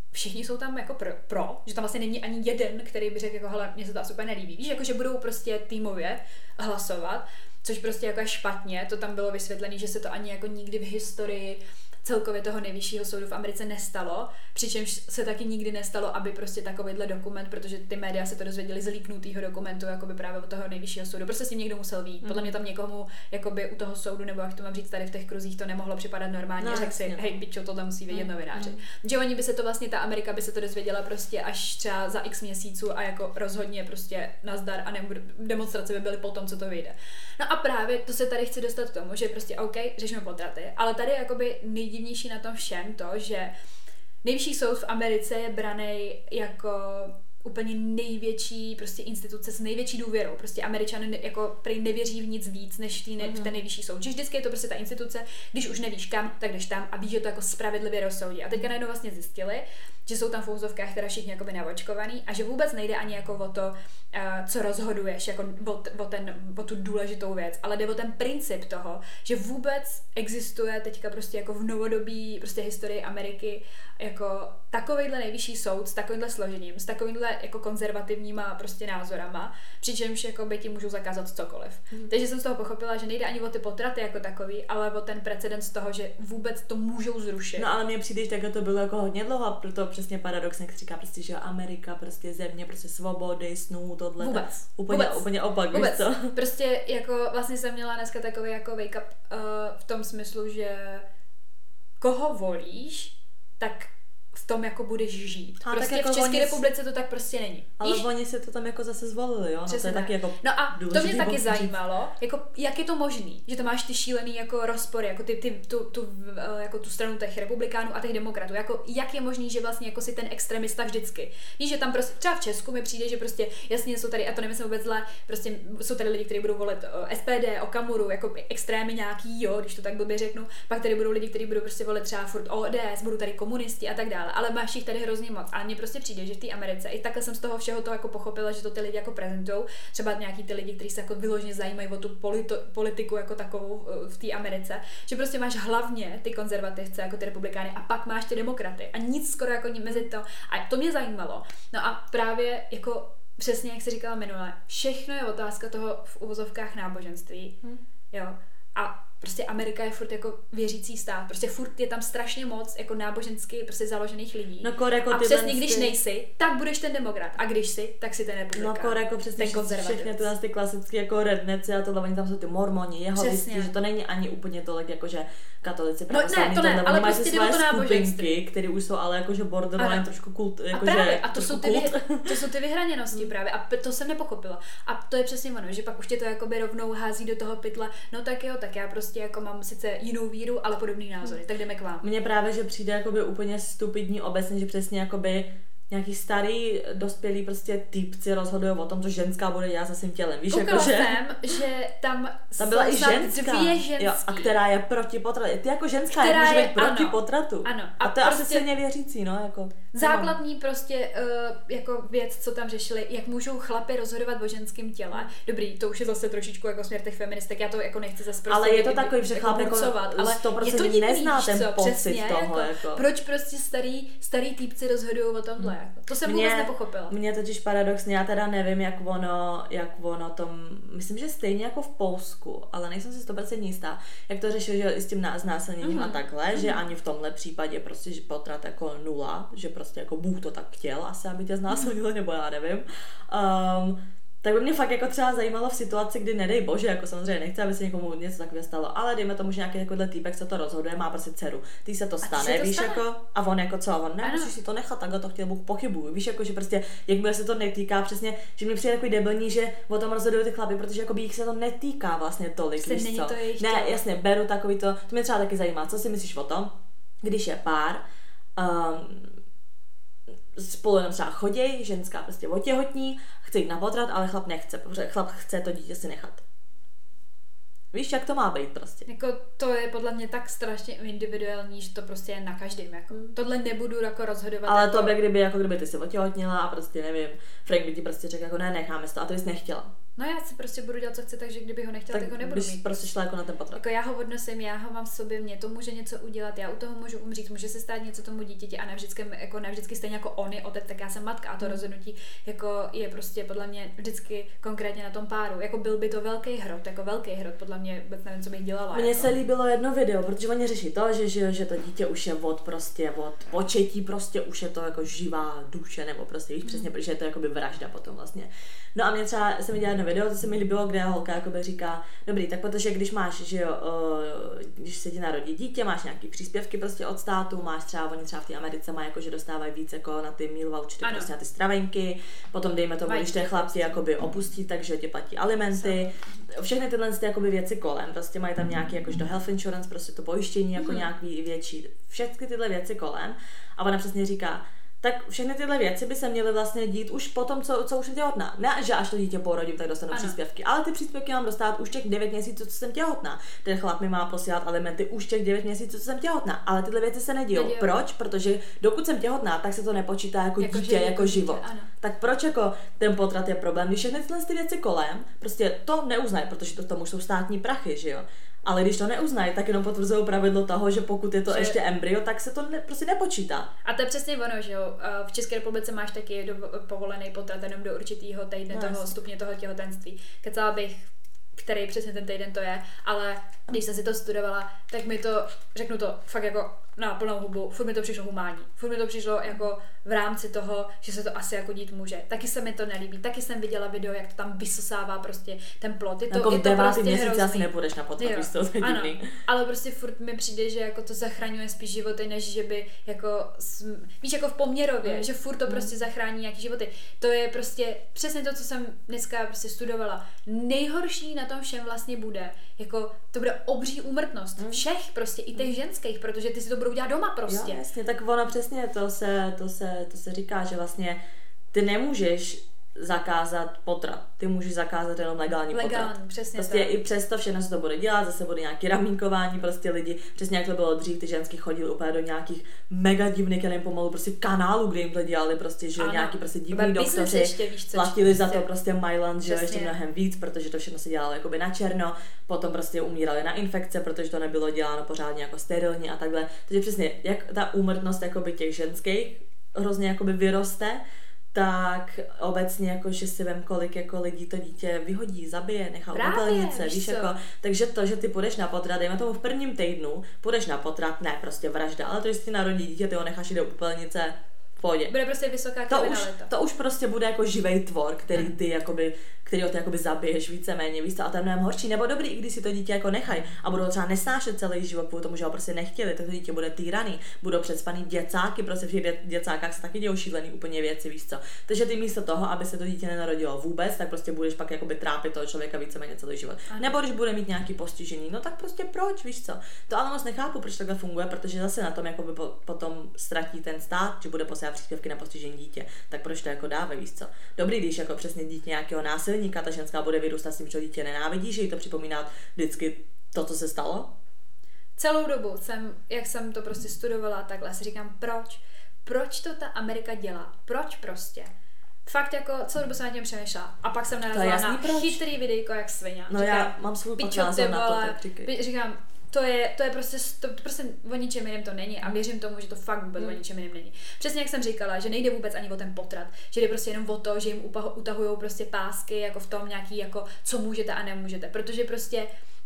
A: všichni jsou tam jako pro, pro, že tam vlastně není ani jeden, který by řekl jako, hele, mně se to asi úplně nelíbí. Víš, jako, že budou prostě týmově hlasovat, což prostě jako je špatně, to tam bylo vysvětlené, že se to ani jako nikdy v historii celkově toho nejvyššího soudu v Americe nestalo, přičemž se taky nikdy nestalo, aby prostě takovýhle dokument, protože ty média se to dozvěděli z líknutýho dokumentu, jakoby právě od toho nejvyššího soudu. Prostě s tím někdo musel vyjít. Podle mě tam někomu jakoby u toho soudu, nebo jak to mám říct tady v těch kruzích, to nemohlo připadat normálně. No, řekl si, hej, bičo, to tam musí vědět mm. novináři. Mm. Že oni by se to vlastně, ta Amerika by se to dozvěděla prostě až třeba za x měsíců a jako rozhodně prostě nazdar a nebude, demonstrace by byly potom, co to vyjde. No a právě to se tady chci dostat k tomu, že prostě OK, řešíme potraty, ale tady jakoby nejdivnější na tom všem to, že nejvyšší soud v Americe je braný jako úplně největší prostě instituce s největší důvěrou. Prostě Američané jako prý nevěří v nic víc než tý ne, v ten nejvyšší soud. Že vždycky je to prostě ta instituce, když už nevíš kam, tak jdeš tam a víš, že to jako spravedlivě rozsoudí. A teďka najednou vlastně zjistili, že jsou tam v úzovkách teda všichni jakoby navočkovaný a že vůbec nejde ani jako o to, uh, co rozhoduješ, jako o, o, ten, o tu důležitou věc, ale jde o ten princip toho, že vůbec existuje teďka prostě jako v novodobí prostě historii Ameriky jako takovejhle nejvyšší soud s takovýmhle složením, s takovýmhle jako konzervativníma prostě názorama, přičemž jako by ti můžou zakázat cokoliv. Mm. Takže jsem z toho pochopila, že nejde ani o ty potraty jako takový, ale o ten precedens toho, že vůbec to můžou zrušit.
B: No ale mně přijde, že takhle to bylo jako hodně dlouho, proto přesně paradoxně říká prostě, že Amerika prostě země prostě svobody, snů, tohle.
A: Vůbec.
B: Úplně,
A: vůbec.
B: úplně opak,
A: vůbec.
B: víš co?
A: Prostě jako vlastně jsem měla dneska takový jako wake up uh, v tom smyslu, že koho volíš, tak v tom jako budeš žít.
B: A
A: prostě
B: jako
A: v České
B: oni...
A: republice to tak prostě není.
B: Ale
A: Víš?
B: oni si to tam jako zase zvolili, jo? No, to je taky jako
A: no a to mě taky
B: říct.
A: zajímalo, jako jak je to možný, že to máš ty šílený jako rozpory, jako ty, ty tu, tu, jako tu stranu těch republikánů a těch demokratů, jako jak je možný, že vlastně jako si ten extremista vždycky. Víš, že tam prostě třeba v Česku mi přijde, že prostě jasně jsou tady, a to nemyslím vůbec zle, prostě jsou tady lidi, kteří budou volit S P D, Okamuru, jako extrémy nějaký, jo, když to tak blbě řeknu, pak tady budou lidi, kteří budou prostě volit třeba furt O D S, budou tady komunisti a tak dále, ale máš jich tady hrozně moc. A mně prostě přijde, že v té Americe, i takhle jsem z toho všeho to jako pochopila, že to ty lidi jako prezentujou, třeba nějaký ty lidi, kteří se jako vyloženě zajímají o tu polito, politiku jako takovou v té Americe, že prostě máš hlavně ty konzervativce jako ty republikány a pak máš ty demokraty a nic skoro jako mezi to. A to mě zajímalo. No a právě jako přesně, jak jsi říkala minule, všechno je otázka toho v uvozovkách náboženství. Hmm. Jo. A prostě Amerika je furt jako věřící stát. Prostě furt je tam strašně moc jako nábožensky prostě založených lidí.
B: No koreko,
A: a přesně když nejsi, tak budeš ten demokrat. A když jsi, tak si ten republikán.
B: No koreko, přesně všechny tyhle ty klasické jako redneci a tohle, oni tam jsou ty mormoni, jehovisti, že to není ani úplně tolik jako, že katolici pravoslavní,
A: no, ne, to ne, ale prostě
B: jde o to náboženství, které už jsou ale jakože borderline trošku kult, jako
A: a právě,
B: že
A: a to jsou, ty vy, to jsou ty vyhraněnosti právě a to jsem nepochopila. A to je přesně ono, že pak už tě to jakoby rovnou hází do toho pytle. No tak jo, tak já prostě jako mám sice jinou víru, ale podobný názory, hmm. tak jdeme k vám.
B: Mně právě, že přijde jakoby úplně stupidní obecně, že přesně jakoby nějaký starý, dospělý prostě typci rozhodují o tom, co ženská bude dělat se svým tělem. Víš,
A: Koukala
B: jako, že...
A: jsem, že tam,
B: tam byla i ženská,
A: dvě ženský.
B: Jo, a která je proti potratu. Ty jako ženská
A: která
B: je, může
A: je,
B: být proti
A: ano,
B: potratu.
A: Ano.
B: A, a to je prostě asi silně věřící, no, jako.
A: Základní prostě uh, jako věc, co tam řešili, jak můžou chlapi rozhodovat o ženském těle. Dobrý, to už je zase trošičku jako směr těch feministek, já to jako nechci zase prostě
B: ale je to takový, že chlap jako
A: ale je to divný,
B: nezná ten
A: co,
B: pocit
A: přesně,
B: toho,
A: jako,
B: jako.
A: Proč prostě starý, starý týpci rozhodují o tomhle, hmm. jako. To jsem
B: mě,
A: vůbec nepochopila.
B: Mně totiž paradoxně, já teda nevím, jak ono, jak ono tom, myslím, že stejně jako v Polsku, ale nejsem si sto procent jistá, jak to řešil, že s tím znásilněním mm-hmm. a takhle, mm-hmm. že ani v tomhle případě prostě že potrat jako nula, že prostě jako Bůh to tak chtěl asi, aby tě znásilnil, nebo já nevím. Um, tak by mě fakt jako třeba zajímalo v situaci, kdy nedej bože, jako samozřejmě nechci, aby se někomu něco takového stalo, ale dejme tomu, že nějaký takovýhle týpek se to rozhoduje, má prostě dceru, ty se to stane,
A: se to
B: víš,
A: stane?
B: jako, a on jako co, on ne,
A: ano.
B: musíš si to nechat, takhle to chtěl Bůh, pochybuju, víš, jako, že prostě, jakmile se to netýká, přesně, že mi přijde takový debilní, že o tom rozhodují ty chlapi, protože jako by jich se to netýká vlastně tolik,
A: se
B: víš co,
A: to
B: ne, jasně, beru takový to, to mě třeba taky zajímá, co si myslíš o tom, když je pár, um, spolu jenom třeba choděj, ženská prostě otěhotní, chce jít na potrat, ale chlap nechce, protože chlap chce to dítě si nechat. Víš, jak to má být prostě?
A: Jako to je podle mě tak strašně individuální, že to prostě je na každém. Jako. Mm. Tohle nebudu jako rozhodovat.
B: Ale
A: jako...
B: to by, kdyby, jako kdyby ty si otěhotnila a prostě nevím, Frank by ti prostě řekl jako ne, necháme to a to bys nechtěla.
A: No já si prostě budu dělat, co chci, takže kdyby ho nechtěla, tak, tak ho nebudu mít.
B: prostě šla jako na ten potrat.
A: Jako já ho odnosím, já ho mám v sobě, mě to může něco udělat, já u toho můžu umřít, může se stát něco tomu dítěti a navždycky, jako navždycky stejně jako on je otec, tak já jsem matka a to rozhodnutí jako je prostě podle mě vždycky konkrétně na tom páru. Jako byl by to velký hrot, jako velký hrot, podle mě vůbec nevím, co bych dělala.
B: Mně
A: jako.
B: se líbilo jedno video, protože oni řeší to, že, že, že to dítě už je od prostě od početí, prostě už je to jako živá duše, nebo prostě víš mm. přesně, protože je to jakoby vražda potom vlastně. No a mě třeba jsem viděla jedno video, to se mi líbilo, kde holka jakoby říká, dobrý, tak protože když máš, že jo, když se ti narodí dítě, máš nějaký příspěvky prostě od státu, máš třeba, oni třeba v té Americe mají jako, že dostávají víc jako na ty meal vouchery, prostě na ty stravenky, potom dejme tomu, když ten chlap tě jakoby opustí, takže ti platí alimenty, všechny tyhle ty jakoby věci kolem, prostě mají tam nějaký jakož do health insurance, prostě to pojištění jako mm. nějaký větší, všechny tyhle věci kolem a ona přesně říká, tak všechny tyhle věci by se měly vlastně dít už potom, co, co už jsem těhotná. Ne, že až to dítě porodím, tak dostanu ano. příspěvky, ale ty příspěvky mám dostat už těch devět měsíců, co jsem těhotná. Ten chlap mi má posílat alimenty už těch devět měsíců, co jsem těhotná, ale tyhle věci se nedějou. Nedějou. Proč? Protože dokud jsem těhotná, tak se to nepočítá jako, jako dítě, jako život. Dítě, tak proč jako ten potrat je problém, když všechny tyhle ty věci kolem, prostě to neuznají, protože to tomu jsou státní prachy, že jo. Ale když to neuznají, tak jenom potvrzují pravidlo toho, že pokud je to že... ještě embryo, tak se to ne, prostě nepočítá.
A: A to je přesně ono, že jo. V České republice máš taky do, povolený potrat jenom do určitého týdne no, toho stupně toho těhotenství. Kecala bych, který přesně ten týden to je, ale když jsem si to studovala, tak mi to, řeknu to fakt jako na plnou hubu, furt mi to přišlo humánní. Furt mi to přišlo jako v rámci toho, že se to asi jako dít může. Taky se mi to nelíbí, taky jsem viděla video, jak to tam vysosává prostě ten plot. Je to,
B: jako
A: je
B: v
A: to
B: devátý
A: prostě
B: měsíc asi nepůjdeš na potrat, víš to,
A: ano, ale prostě furt mi přijde, že jako to zachraňuje spíš životy, než že by jako, víš, jako v poměrově, mm. že furt to prostě zachrání nějaký životy. To je prostě přesně to, co jsem dneska prostě studovala. Nejhorší na tom všem vlastně bude, jako to bude obří úmrtnost mm. všech prostě, i těch ženských, protože ty si to budou dělat doma prostě.
B: Jo, jasně, tak ono přesně to se, to se, to se říká, že vlastně ty nemůžeš zakázat potrat. Ty můžeš zakázat jenom legální, legální potrat.
A: Přesně
B: prostě
A: tak.
B: I přesto všechno se to bude dělat, zase bude nějaký ramínkování, prostě lidi, přesně jak to bylo dřív, ty ženský chodili úplně do nějakých mega divných, já nevím pomalu, prostě kanálů, kde jim to dělali, prostě, že ano. nějaký prostě divný doktoři ještě, víš, co, platili za to prostě Myland, že ještě mnohem víc, protože to všechno se dělalo jakoby na černo, potom prostě umírali na infekce, protože to nebylo děláno pořádně jako sterilně a takhle. Takže přesně, jak ta úmrtnost jakoby těch ženských hrozně jakoby vyroste, tak obecně jako, že si vem, kolik jako lidí to dítě vyhodí, zabije, nechá u popelnice, víš jako, takže to, že ty půjdeš na potrat, dejme tomu v prvním týdnu, půjdeš na potrat, ne prostě vražda, ale to, že si narodí dítě, ty ho necháš jít do popelnice, v pohodě.
A: Bude prostě vysoká
B: to už, to už prostě bude jako živej tvor, který ty jakoby, který ty jakoby zabiješ víceméně, víš co, a to je mnohem horší, nebo dobrý, i když si to dítě jako nechají a budou třeba nesnášet celý život, kvůli tomu, že ho prostě nechtěli, tak to dítě bude týraný, budou přecpaný děcáky, prostě v těch děcákách se taky dějou šílený úplně věci, víš co. Takže ty místo toho, aby se to dítě nenarodilo vůbec, tak prostě budeš pak jakoby trápit toho člověka víceméně celý život. Ano. Nebo když bude mít nějaký postižení, no tak prostě proč, víš co. To ale moc nechápu, proč takhle funguje, protože zase na tom jakoby po, potom ztratí ten stát, že bude posílat příspěvky na postižení dítě. Tak proč to jako dáve, víš co. Dobrý, když jako přesně dítě nějakého násilníka, ta ženská bude vyrůstat s tím, že dítě nenávidí, že jí to připomíná vždycky to, co se stalo?
A: Celou dobu jsem, jak jsem to prostě studovala, takhle si říkám, proč? Proč to ta Amerika dělá? Proč prostě? Fakt jako celou dobu jsem na tím přemýšlela. A pak jsem narazila na proč? chytrý videjko jak svině.
B: No říkám, já mám svůj názor na to, tak
A: říkej. Říkám, to je, to je prostě, to, to prostě o ničem jiném to není a věřím tomu, že to fakt vůbec mm. o ničem jiném není. Přesně jak jsem říkala, že nejde vůbec ani o ten potrat, že jde prostě jenom o to, že jim utahujou prostě pásky jako v tom nějaký jako co můžete a nemůžete, protože prostě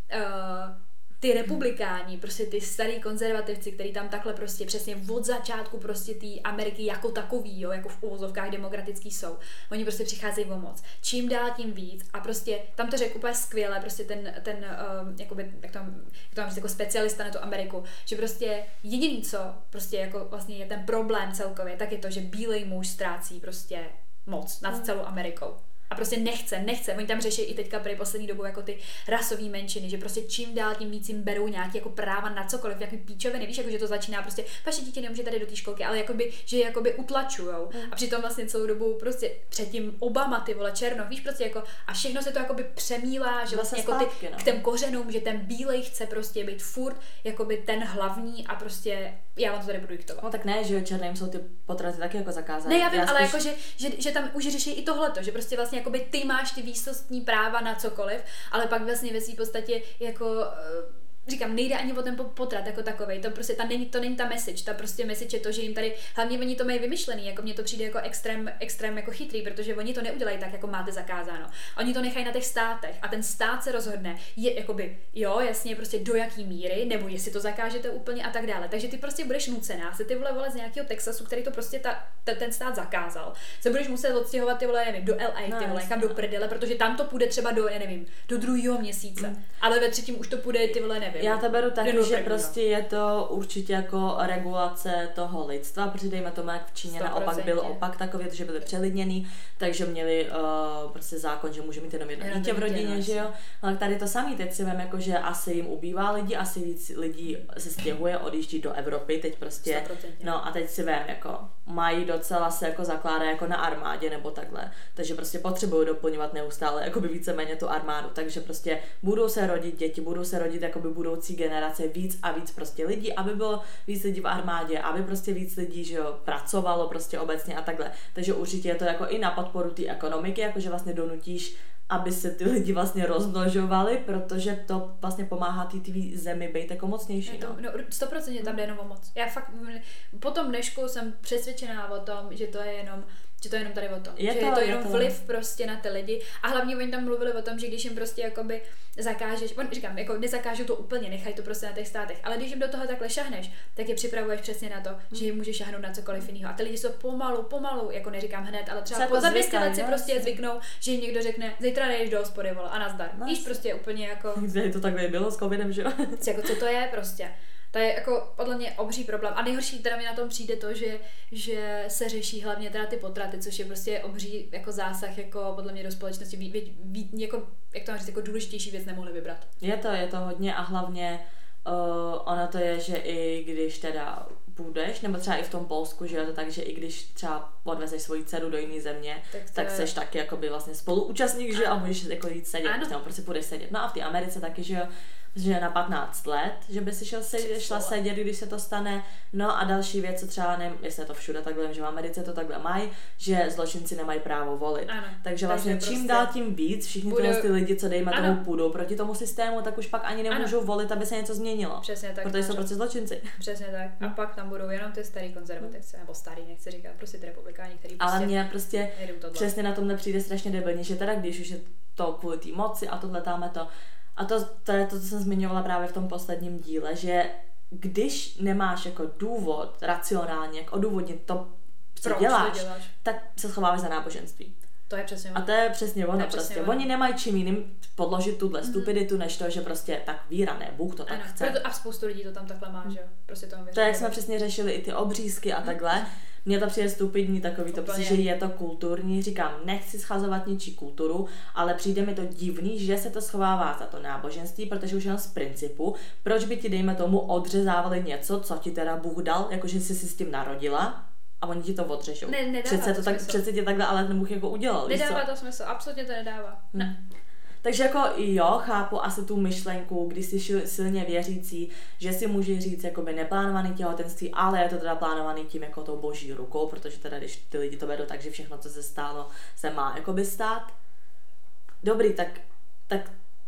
A: uh, ty republikáni, prostě ty starý konzervativci, kteří tam takhle prostě přesně od začátku prostě té Ameriky jako takový, jo, jako v uvozovkách demokratický jsou. Oni prostě přicházejí o moc. Čím dál tím víc a prostě tam to řekl úplně skvěle, prostě ten, ten um, jakoby, jak to mám, jak to mám říct, jako specialista na tu Ameriku, že prostě jediný, co prostě jako vlastně je ten problém celkově, tak je to, že bílej muž ztrácí prostě moc nad celou Amerikou. A prostě nechce, nechce. Oni tam řeší i teďka prý poslední dobu jako ty rasové menšiny, že prostě čím dál tím víc jim berou nějaké jako práva na cokoliv, jaký píčoviny, víš, jako že to začíná prostě, vaše dítě nemůže tady do té školky, ale jakoby, že je jakoby utlačujou. Mm. A přitom vlastně celou dobu prostě předtím Obama, ty vole, Černoch, víš, prostě jako a všechno se to jakoby přemílá, že vlastně jako ty no. k těm kořenům, že ten bílej chce prostě být furt jakoby ten hlavní a prostě já vám to tady budu diktovat.
B: No tak ne, že černým jsou ty potraty taky jako zakázané.
A: Ne, já vím, já ale spíš... jako že, že, že tam už řeší i tohleto, že prostě vlastně vlastně jakoby ty máš ty výsostní práva na cokoliv, ale pak vlastně ve své podstatě jako říkám, nejde ani o ten potrat jako takovej, to prostě ta není, to není ta message, ta prostě message je to, že jim tady, hlavně oni to mají vymyšlený, jako mně to přijde jako extrém, extrém jako chytrý, protože oni to neudělají tak, jako máte zakázáno. Oni to nechají na těch státech a ten stát se rozhodne, je jakoby, jo, jasně, prostě do jaký míry, nebo jestli to zakážete úplně a tak dále. Takže ty prostě budeš nucená se ty vole vole z nějakého Texasu, který to prostě ta, ta, ten stát zakázal, se budeš muset odstěhovat ty vole, nevím, do L A, ty vole, no, kam do prdele, protože tam to půjde třeba do, já nevím, do druhého měsíce, mm. ale ve třetím už to půjde ty vole, nevím.
B: Já to beru taky, že prostě je to určitě jako regulace toho lidstva, protože dejme tomu, jak v Číně naopak byl opak takový, že byli přelidněný, takže měli uh, prostě zákon, že může mít jenom jedno dítě v rodině, že jo. Ale tady to samý, teď si vem, jako, že asi jim ubývá lidi, asi víc lidí se stěhuje, odjíždí do Evropy, teď prostě, sto procent no a teď si vem, jako mají docela se jako zakládá jako na armádě nebo takhle, takže prostě potřebují doplňovat neustále jakoby víceméně tu armádu, takže prostě budou se rodit děti, budou se rodit jakoby budoucí generace víc a víc prostě lidí, aby bylo víc lidí v armádě, aby prostě víc lidí, že jo, pracovalo prostě obecně a takhle. Takže určitě je to jako i na podporu té ekonomiky, jakože vlastně donutíš, aby se ty lidi vlastně rozmnožovali, protože to vlastně pomáhá té tvý zemi být jako mocnější.
A: No, no sto procent tam jde jenom o moc. Já fakt po tom dnešku jsem přesvědčená o tom, že to je jenom že to je jenom tady o tom,
B: je
A: že
B: to,
A: je to
B: je
A: jenom
B: to.
A: vliv prostě na ty lidi a hlavně oni tam mluvili o tom, že když jim prostě jakoby zakážeš, on, říkám, jako nezakážou to úplně, nechají to prostě na těch státech, ale když jim do toho takhle šahneš, tak je připravuješ přesně na to, hmm. že jim můžeš šahnout na cokoliv jiného a ty lidi jsou pomalu, pomalu, jako neříkám hned, ale třeba po za dvě stě let si prostě zvyknou, že jim někdo řekne, zítra nejdeš do hospody, vole, a nazdar. No. Víš, prostě úplně jako...
B: Kde to takhle bylo s covidem, že jo?
A: Jako co to je prostě. To je jako podle mě obří problém. A nejhorší teda mi na tom přijde to, že, že se řeší hlavně teda ty potraty, což je prostě obří jako zásah jako podle mě do společnosti. Ví, ví, ví, jako, jak to mám říct, jako důležitější věc nemohli vybrat.
B: Je to, je to hodně a hlavně uh, ono to je, že i když teda půjdeš, nebo třeba i v tom Polsku, že je to tak, že i když třeba odvezeš svoji dceru do jiné země, tak, tak seš taky jakoby vlastně spoluúčastník, že a můžeš jako jít sedět, prostě, prostě půjdeš sedět. No a v té Americe taky, že jo, že na patnáct let, že by si šel sedět, šla sedět, když se to stane. No a další věc, co třeba nevím, jestli je to všude takhle, že v Americe to takhle mají, že zločinci nemají právo volit. Ano, takže vlastně takže čím prostě dál tím víc, všichni budu... ty lidi, co dejme ano. tomu půjdou proti tomu systému, tak už pak ani nemůžou ano. volit, aby se něco změnilo.
A: Přesně tak.
B: Protože jsou prostě zločinci.
A: Přesně tak. A hmm. pak tam budou jenom ty starý konzervativci, nebo starý, nechci říkat, prostě ty republikáni, který prostě
B: ale mě prostě přesně na tom nepřijde strašně debilně, že teda když už je to kvůli té moci a tohle táme to. A to, to je to, co jsem zmiňovala právě v tom posledním díle, že když nemáš jako důvod racionálně, jak odůvodnit to, co Proč děláš, děláš, tak se schováváš za náboženství.
A: To je přesně
B: ono. A to je přesně ono. Je přesně prostě. Ono. Oni nemají čím jiným podložit tuhle mm-hmm. stupiditu, než to, že prostě tak víra, ne, Bůh to tak ano, chce.
A: A spoustu lidí to tam takhle má, že jo? Prostě to
B: To je, jak jsme přesně řešili i ty obřízky a takhle. Mně to přijde stupidní takový to, protože je to kulturní, říkám, nechci schazovat ničí kulturu, ale přijde mi to divný, že se to schovává za to náboženství, protože už jenom z principu, proč by ti, dejme tomu, odřezávali něco, co ti teda Bůh dal, jakože jsi si s tím narodila, a oni ti to odřežou.
A: Ne, nedává
B: přece
A: to,
B: to tak, přece tě takhle ale ten Bůh jako udělal.
A: Nedává to smysl, absolutně to nedává. Ne.
B: Hmm. Takže jako jo, chápu asi tu myšlenku, když jsi silně věřící, že si může říct jakoby neplánovaný těhotenství, ale je to teda plánovaný tím jako tou boží rukou, protože teda když ty lidi to vedou tak, že všechno, co se stálo, se má jakoby stát. Dobrý, tak, tak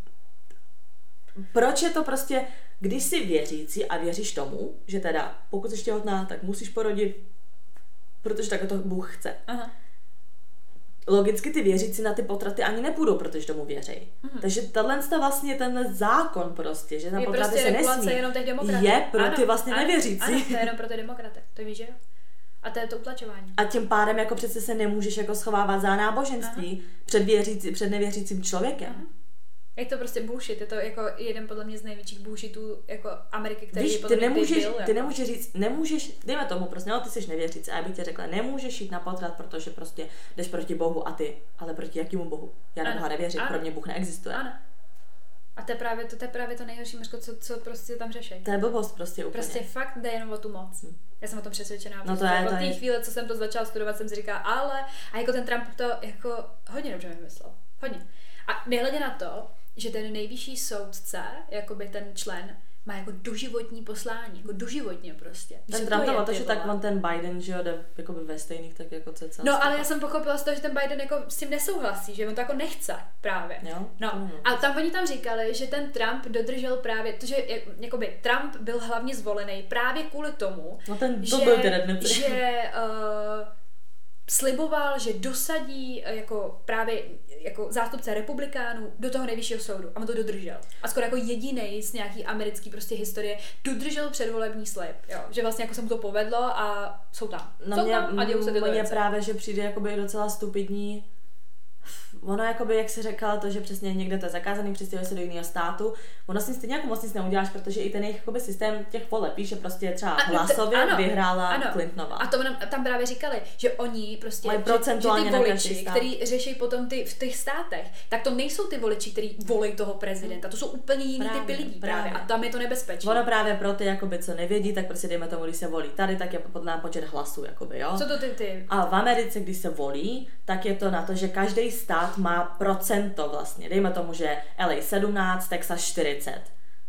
B: proč je to prostě, když jsi věřící a věříš tomu, že teda pokud jsi těhotná, tak musíš porodit, protože tak to Bůh chce. Aha. Logicky ty věřící na ty potraty ani nepůjdou, protože tomu věří. Hmm. Takže tenhle vlastně tenhle zákon prostě, že na je potraty prostě se nesmí, jenom je pro ano, ty vlastně ano, nevěřící.
A: Ano, to je jenom pro ty demokraty, to víš, že jo? A to je to utlačování.
B: A tím pádem jako přece se nemůžeš jako schovávat za náboženství před, věřící, před nevěřícím člověkem. Aha.
A: Je to prostě bullshit, je to jako jeden podle mě z největších bullshitů jako Ameriky, který
B: Víš,
A: podle
B: ty nemůžeš,
A: byl,
B: ty
A: jako.
B: nemůžeš říct, nemůžeš, dejme tomu prostě, no ty jsi nevěřící a já bych ti řekla, nemůžeš jít na potrat, protože prostě jdeš proti Bohu a ty, ale proti jakému Bohu? Já na Boha nevěřím, pro mě Bůh neexistuje.
A: Ano. A to je právě to, to, je právě to nejhorší, Mařko, co, co prostě tam řeší.
B: To je blbost prostě úplně.
A: Prostě fakt jde jenom o tu moc. Hmm. Já jsem o tom přesvědčená.
B: No to je,
A: od
B: té
A: je... chvíle, co jsem to začala studovat, jsem si říkala, ale a jako ten Trump to jako hodně dobře vymyslel. Hodně. A nehledě na to, že ten nejvyšší soudce, jakoby ten člen, má jako doživotní poslání, jako doživotně prostě.
B: Ten Trump to, že tak on ten Biden, že jo, jde jako ve stejných, tak jako cca.
A: No ale já jsem pochopila z toho, že ten Biden jako s tím nesouhlasí, že on to jako nechce právě.
B: Jo?
A: No a tam oni tam říkali, že ten Trump dodržel právě, to, že jakoby Trump byl hlavně zvolený právě kvůli tomu,
B: no ten, to
A: že,
B: byl ten
A: že uh, sliboval, že dosadí jako právě jako zástupce republikánů do toho nejvyššího soudu. A on to dodržel. A skoro jako jedinej z nějaký americký prostě historie dodržel předvolební slib. Jo. Že vlastně jako se mu to povedlo a jsou tam.
B: No
A: jsou
B: mě,
A: tam a dějou se tyhle
B: mě
A: věci.
B: právě, že přijde jakoby docela stupidní. Ono jakoby, jak jsi řekla, to, že přesně někde to je zakázaný, přistěhuje se do jiného státu, ono si stejně jako moc nic neuděláš, protože i ten jejich jakoby, systém těch voleb píše prostě třeba
A: A,
B: hlasově
A: ano,
B: vyhrála
A: ano.
B: Clintonová.
A: A to nám, tam právě říkali, že oni prostě,
B: mají
A: že,
B: procentuálně
A: že ty
B: na
A: voliči,
B: každý stát.
A: který řeší potom ty v těch státech, tak to nejsou ty voliči, kteří volí toho prezidenta, to jsou úplně jiný
B: právě,
A: typy lidí právě.
B: právě.
A: A tam je to nebezpečné.
B: Ono právě pro ty, jakoby, co nevědí, tak prostě dejme tomu, když se volí tady, tak je podle počet hlasů, jakoby, jo.
A: Co to ty ty?
B: A v Americe, když se volí, tak je to na to, že každý stát má procento vlastně. Dejme tomu, že L A sedmnáct, Texas čtyřicet.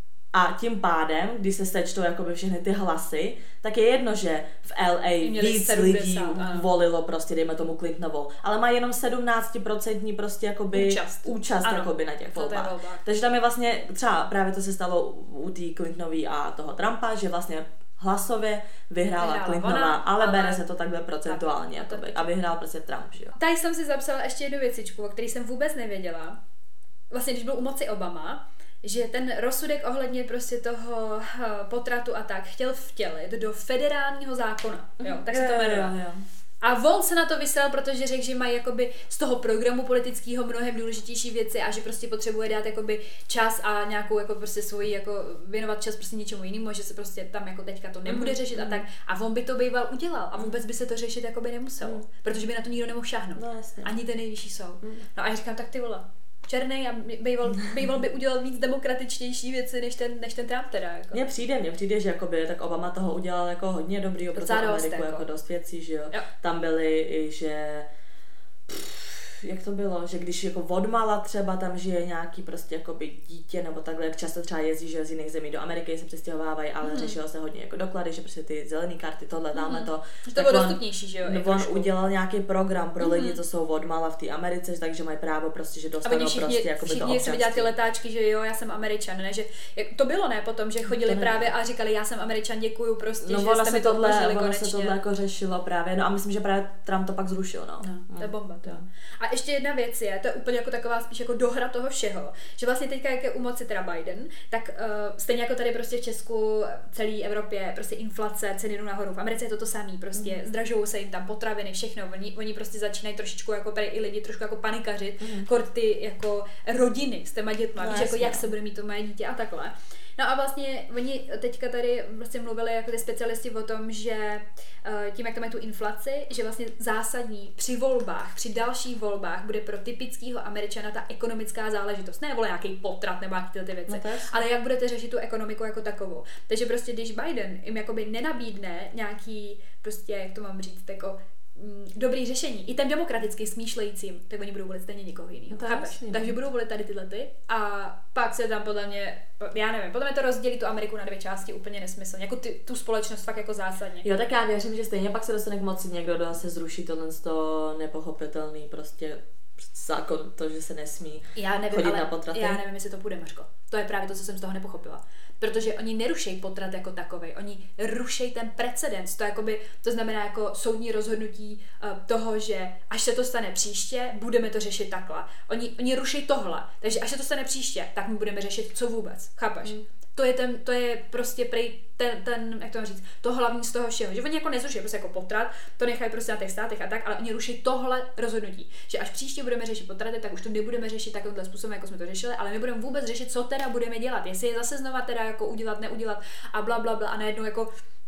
B: A tím pádem, když se sečtou jakoby všechny ty hlasy, tak je jedno, že v L A víc
A: sedmdesát,
B: lidí
A: ano.
B: volilo prostě, dejme tomu Clintonovou, ale má jenom sedmnáct procent prostě jakoby
A: účast,
B: účast jakoby na těch volbách.
A: volbách.
B: Takže tam je vlastně, třeba právě to se stalo u té Clintonové a toho Trumpa, že vlastně hlasově vyhrála,
A: Vyhrála
B: Clintonová,
A: ona,
B: ale,
A: ale
B: bere se to takhle procentuálně
A: a, a,
B: jakoby, a vyhrál prostě Trump, že jo.
A: Tady jsem si zapsala ještě jednu věcičku, o který jsem vůbec nevěděla. Vlastně, když byl u moci Obama, že ten rozsudek ohledně prostě toho potratu a tak chtěl vtělit do federálního zákona. Jo, tak se to jmenuje. A on se na to vysral, protože řekl, že mají jakoby z toho programu politického mnohem důležitější věci a že prostě potřebuje dát jakoby čas a nějakou jako prostě svoji jako věnovat čas prostě něčemu jinému, že se prostě tam jako teďka to nebude řešit a tak. A on by to býval udělal a vůbec by se to řešit jakoby nemuselo, protože by na to nikdo nemohl šáhnout.
B: No,
A: ani ten nejvyšší soud. No a já říkám, tak ty vole, černej a býval, býval by udělal víc demokratičtější věci než ten, než ten Trump teda. Jako.
B: Mně přijde, mně přijde, že jakoby, tak Obama toho udělal jako hodně dobrýho pro Ameriku, jako. jako dost věcí, že jo. jo. Tam byly i, že pff, jak to bylo, že když jako odmala třeba tam žije nějaký prostě jakoby dítě nebo takhle, jak často třeba jezdí, že z jiných zemí do Ameriky se přestěhovávají, ale mm. řešilo se hodně jako doklady, že prostě ty zelené karty, tohle, dáme mm. to.
A: Že to bylo dostupnější, že jo?
B: Nebo on udělal nějaký program pro mm. lidi, co jsou odmala v té Americe, takže mají právo prostě, že dostanou
A: všichni,
B: prostě jakoby
A: všichni,
B: to občanství.
A: Všichni si viděli ty letáčky, že jo, já jsem Američan, ne, že jak, to bylo ne potom, že chodili právě a říkali, já jsem Američan, děkuju prostě,
B: no,
A: že jste mi to umožnili konečně.
B: se tohle jako řešilo právě, no a myslím, že právě Trump to pak zrušil, no.
A: no to je bomba, to. No. A ještě jedna věc je, to je úplně jako taková spíš jako dohra toho všeho, že vlastně teďka, jak je u moci teda Biden, tak uh, stejně jako tady prostě v Česku, celé Evropě, prostě inflace, ceny jdou nahoru. V Americe je to to samý, prostě mm. zdražují se jim tam potraviny, všechno, oni, oni prostě začínají trošičku jako tady i lidi trošku jako panikařit, mm. kort ty jako rodiny s těma dětma, no, víš, jako jak se bude mít to moje dítě a takhle. No a vlastně oni teďka tady vlastně mluvili jako ty specialisti o tom, že tím, jak tam je tu inflaci, že vlastně zásadní při volbách, při dalších volbách bude pro typického Američana ta ekonomická záležitost. Ne vole nějaký potrat nebo nějaký ty věci, no ale jak budete řešit tu ekonomiku jako takovou. Takže prostě když Biden jim jakoby nenabídne nějaký prostě, jak to mám říct, jako dobrý řešení, i ten demokraticky smýšlejícím, tak oni budou volit stejně někoho jiného.
B: No
A: takže budou volit tady tyhle ty a pak se tam podle mě, já nevím, podle mě to rozdělí tu Ameriku na dvě části úplně nesmyslně, jako ty, tu společnost fakt jako zásadně.
B: Jo, tak já věřím, že stejně pak se dostane k moci někdo, kdo se zruší tohle z toho nepochopitelný prostě zákon, to, že se nesmí
A: já nevím,
B: chodit
A: ale
B: na potraty.
A: Já nevím, jestli to půjde, Mařko. To je právě to, co jsem z toho nepochopila. Protože oni nerušejí potrat jako takovej, oni rušejí ten precedens, to, jakoby, to znamená jako soudní rozhodnutí uh, toho, že až se to stane příště, budeme to řešit takhle. Oni, oni rušejí tohle, takže až se to stane příště, tak my budeme řešit co vůbec, chápeš? Mm. To je, ten, to je prostě prej ten, ten, jak to mám říct, to hlavní z toho všeho, že oni jako nezruší prostě jako potrat, to nechají prostě na těch státech a tak, ale oni ruší tohle rozhodnutí, že až příště budeme řešit potraty, tak už to nebudeme řešit takovýmhle způsobem, jako jsme to řešili, ale my budeme vůbec řešit, co teda budeme dělat, jestli je zase znova teda jako udělat, neudělat a bla bla bla a najednou jako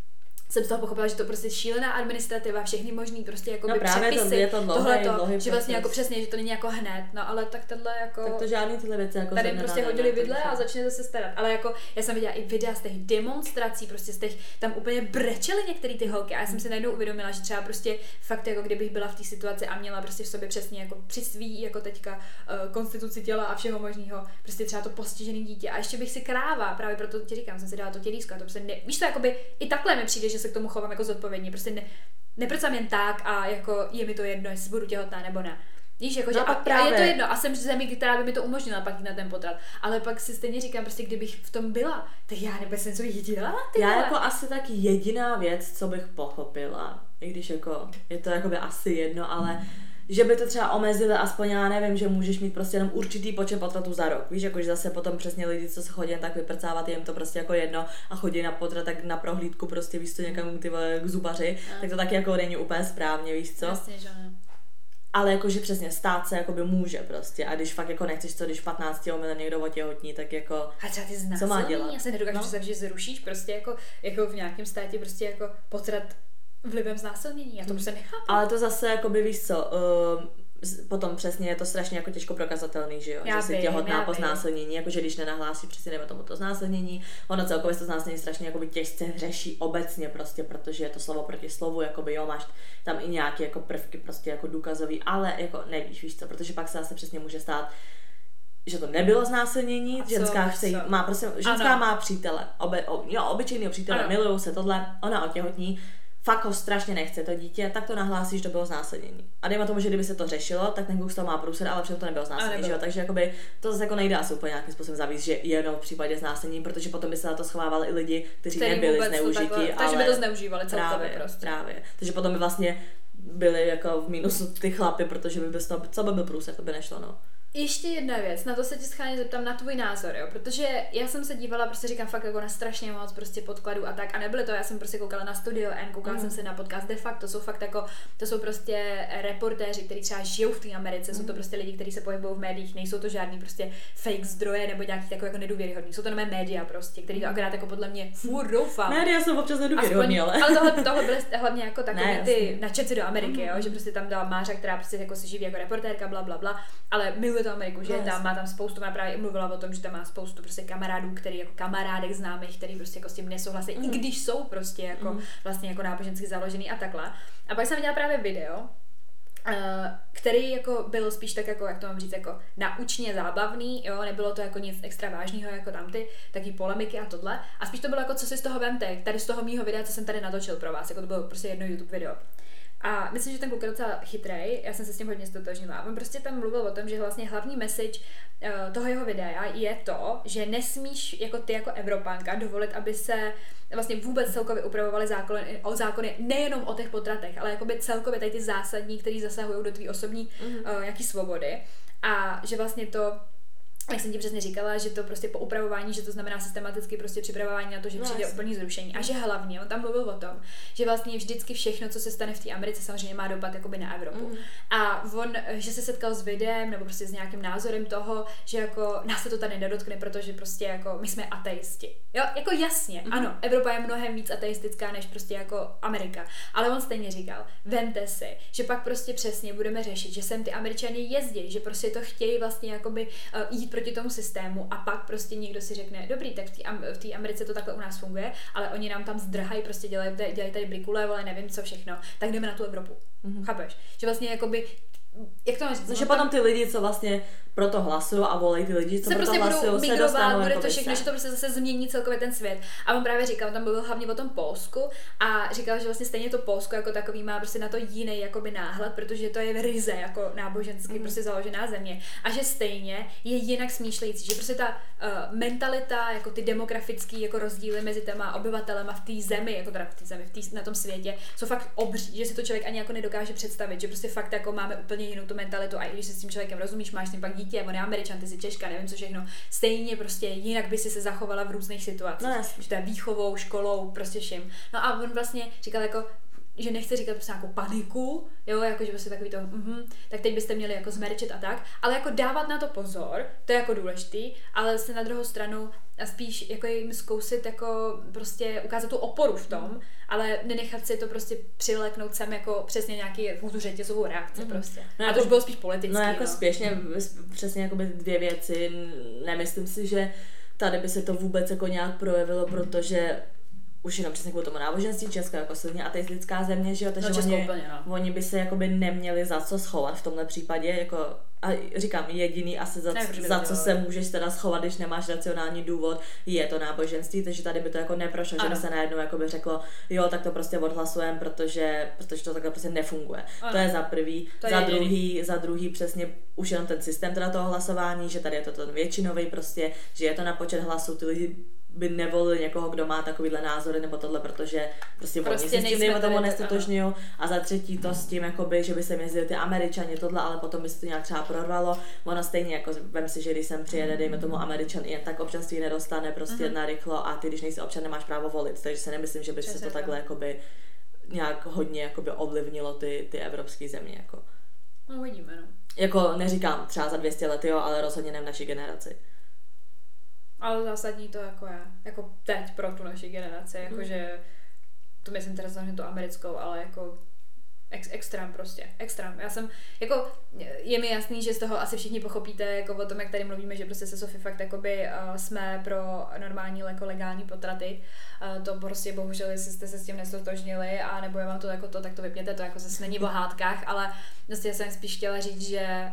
A: jsem z toho pochopila, že to prostě šílená administrativa, všechny možný prostě jako
B: no právě
A: přepisy,
B: to, je to dlouhý,
A: tohleto,
B: dlouhý
A: že vlastně
B: proces.
A: jako přesně, že to není jako hned, no ale tak tohle jako...
B: Tak to žádný tyhle věci jako
A: tady prostě hodili vidle
B: takže...
A: a začněte se starat, ale jako já jsem viděla i videa z těch demonstrací, prostě z těch, tam úplně brečely některé ty holky a já jsem si najednou uvědomila, že třeba prostě fakt jako kdybych byla v té situaci a měla prostě v sobě přesně jako při svý jako teďka uh, konstituci těla a všeho možného, prostě třeba to postižený dítě a ještě bych si kráva, právě proto ti říkám, jsem si dala to tělísko a to prostě ne, víš to jakoby i takhle mi přijde, že se k tomu chovám jako zodpovědně, prostě ne, neprcám jen tak a jako je mi to jedno, jestli budu těhotná nebo ne. Víš, jako, že
B: no,
A: a,
B: a
A: je to jedno a jsem v zemi, která by mi to umožnila pak jít na ten potrat. Ale pak si stejně říkám, prostě kdybych v tom byla, tak já nebo jsem co jí dělala, ty
B: Já
A: vole.
B: jako asi taky jediná věc, co bych pochopila, i když jako je to jakoby asi jedno, ale že by to třeba omezili aspoň, já nevím, že můžeš mít prostě jenom určitý počet potratů za rok. Víš, jakože zase potom přesně lidi, co se chodí tak vyprcávat, je jim to prostě jako jedno a chodí na potrat, tak na prohlídku prostě víš to někam ty vole, k zubaři, a. tak to taky jako není úplně správně, víš co?
A: Jasně, že ne.
B: Ale jakože přesně stát se jakoby může prostě a když fakt jako nechceš to, když v patnácti omylem někdo otěhotní, tak jako
A: a třeba ty
B: co má dělat?
A: Já se nedokážu
B: no.
A: představit, že zrušíš prostě jako, jako v nějakém státě prostě jako potrat vlivem znásilnění, já to prostě nechápu.
B: Ale to zase jakoby víš co, uh, potom přesně je to strašně jako těžko prokazatelný, že jo,
A: já
B: že jsi
A: vím,
B: těhotná po znásilnění, jakože když nenahlásí přesně nebo tomu to znásilnění, ono celkově to znásilnění strašně jakoby těžce řeší obecně prostě, protože je to slovo proti slovu, jakoby jo, máš tam i nějaké jako prvky prostě jako důkazový, ale jako nevíš, víš co, protože pak se zase přesně může stát, že to nebylo znásilnění,
A: a
B: ženská
A: co,
B: chce jít,
A: co?
B: má prostě, ženská
A: ano.
B: má přítele, obe, o, jo, obyčejného přítele,
A: ano.
B: milujou se tohle, ona otěhotní, fakt ho strašně nechce to dítě, tak to nahlásíš, že to bylo znásilnění. A dejme tomu, že kdyby se to řešilo, tak ten kluk z toho má průser, ale přitom to nebylo znásilnění, že jo? Takže jakoby to zase jako nejde asi úplně nějakým způsobem zavíst, že jenom v případě znásilnění, protože potom by se na to schovávali i lidi, kteří
A: Který
B: nebyli zneužití,
A: takhle,
B: ale
A: takže by to zneužívali celkově
B: právě,
A: prostě.
B: Právě. Takže potom by vlastně byli jako v mínusu ty chlapy, protože by bez toho, co by byl průser, to by nešlo, no.
A: Ještě jedna věc, na to se tě schválně zeptám na tvůj názor, jo, protože já jsem se dívala, prostě říkám fakt jako na strašně moc prostě podkladů a tak a nebyly to, já jsem prostě koukala na Studio N, koukala mm. jsem se na podcast De facto, to jsou fakt jako, to jsou prostě reportéři, kteří třeba žijou v té Americe, mm. jsou to prostě lidi, kteří se pohybují v médiích, nejsou to žádný prostě fake zdroje nebo nějaký takový jako nedůvěryhodný, jsou to nové média prostě, který to akorát jako podle mě furt doufám.
B: Média jsou občas nedůvěryhodný, ale.
A: Ale tohle, tohle byly hlavně jako takové
B: ne,
A: ty načetci do Ameriky, jo, že prostě tam dala Mářa, která prostě jako se živí jako reportérka, bla bla bla, ale miluje to Ameriku, že tam má tam spoustu, má právě i mluvila o tom, že tam má spoustu prostě kamarádů, který jako kamarádek známých, který prostě jako s tím nesouhlasí, mm. i když jsou prostě jako mm. vlastně jako nábožensky založený a takhle. A pak jsem viděla právě video, Uh, který jako byl spíš tak jako, jak to mám říct, jako naučně zábavný, jo, nebylo to jako nic extra vážného jako tamty, taky polemiky a tohle. A spíš to bylo jako, co si z toho vemte, tady z toho mýho videa, co jsem tady natočil pro vás, jako to bylo prostě jedno YouTube video. A myslím, že ten kluk je docela chytrej, já jsem se s tím hodně ztotožnila. On prostě tam mluvil o tom, že vlastně hlavní message uh, toho jeho videa je to, že nesmíš jako ty jako Evropanka dovolit, aby se vlastně vůbec celkově upravovaly zákony, o zákony nejenom o těch potratech, ale jakoby celkově tady ty zásadní, které zasahují do tvý osobní mm-hmm. uh, jaký svobody. A že vlastně to, jak jsem ti přesně říkala, že to prostě po upravování, že to znamená systematicky prostě připravování na to, že no, přijde úplný zrušení. A že hlavně, on tam mluvil o tom, že vlastně vždycky všechno, co se stane v té Americe, samozřejmě má dopad jakoby na Evropu. Mm. A on, že se setkal s videem nebo prostě s nějakým názorem toho, že jako nás se to tady nedotkne, protože prostě jako my jsme ateisti. Jo, jako jasně, mm. ano, Evropa je mnohem víc ateistická než prostě jako Amerika. Ale on stejně říkal, vemte si, že pak prostě přesně budeme řešit, že sem ty Američany jezdí, že prostě to chtějí vlastně jakoby uh, jít proti tomu systému a pak prostě někdo si řekne, dobrý, tak v té Americe to takhle u nás funguje, ale oni nám tam zdrhají, prostě dělají, dělají tady brikule, ale nevím co všechno, tak jdeme na tu Evropu. Mm-hmm. Chápeš? Že vlastně jakoby jak to máš říct?
B: Že potom ty lidi, co vlastně pro to hlasují a volají ty lidi, co
A: se
B: pro to
A: prostě
B: hlasují, se dostanou
A: bude
B: jako
A: to všechno, že to prostě zase změní celkově ten svět. A on právě říkal, tam byl hlavně o tom Polsku a říkal, že vlastně stejně to Polsko jako takový má prostě na to jiný jakoby náhled, protože to je ryze jako nábožensky mm. prostě založená země. A že stejně je jinak smýšlející, že prostě ta uh, mentalita, jako ty demografický jako rozdíly mezi těma obyvatelema v té zemi, jako teda v té zemi, v tý, na tom světě, jsou fakt obří, že si to člověk ani jako nedokáže představit, že prostě fakt jako máme úplně jinou tu mentalitu a i když si s tím člověkem rozumíš, máš s tím pak dítě, on je Američan, ty jsi Češka, nevím co všechno, stejně prostě jinak by si se zachovala v různých situacích.
B: No,
A: že to je výchovou, školou, prostě vším. No a on vlastně říkal jako že nechci říkat prostě nějakou paniku, jo, jako že prostě takový to, mhm, tak teď byste měli jako zmerčit a tak, ale jako dávat na to pozor, to je jako důležitý, ale se na druhou stranu a spíš jako jim zkousit jako prostě ukázat tu oporu v tom, mm. ale nenechat si to prostě přileknout sem jako přesně nějaký jako tu řetězovou reakci mm. prostě.
B: No
A: a
B: jako,
A: to už bylo spíš politický.
B: No jako
A: no.
B: spěšně, přesně jakoby dvě věci, nemyslím si, že tady by se to vůbec jako nějak projevilo, protože už jenom přesně kvůli tomu náboženství, Česko jako silně ateistická země, že jo, takže
A: no,
B: oni,
A: úplně, no.
B: oni by se jakoby neměli za co schovat v tomhle případě, jako a říkám, jediný asi za,
A: ne,
B: za co se můžeš teda schovat, když nemáš racionální důvod, je to náboženství, takže tady by to jako neprošlo, že by se najednou jako by řeklo, jo, tak to prostě odhlasujeme, protože, protože to takhle prostě nefunguje. Ano. To je za prvý, to za je druhý, jediný. za druhý přesně už jenom ten systém teda toho hlasování, že tady je to ten většinový prostě, že je to na počet hlasů, ty lidi by nevolili někoho, kdo má takovýhle názory nebo tohle, protože prostě, prostě oni se s tím nejmo tomu nestotožňují. A za třetí to s tím, jakoby, že by se jezdili ty Američani tohle, ale potom by se to nějak třeba prorvalo. Ono stejně, jako vem si, že když sem přijede, dejme tomu Američan, jen tak občanství nedostane prostě mm-hmm. narychlo a ty, když nejsi občan, nemáš právo volit. Takže se nemyslím, že by se to takhle jakoby, nějak hodně jakoby, ovlivnilo ty, ty evropské země. Jako.
A: No uvidíme, no.
B: Jako neříkám třeba za dvě stě let, jo, ale rozhodně ne v naší generaci.
A: Ale zásadní to jako je, jako teď pro tu naši generaci, jakože mm. to myslím teda samozřejmě tu americkou, ale jako ex, extrém prostě, extrém. Já jsem, jako je mi jasný, že z toho asi všichni pochopíte, jako o tom, jak tady mluvíme, že prostě se Sofie fakt jakoby uh, jsme pro normální jako legální potraty. Uh, to prostě bohužel, jestli jste se s tím nestotožnili a nebo je vám to jako to, tak to vypněte, to jako zase není v hádkách, ale vlastně jsem spíš chtěla říct, že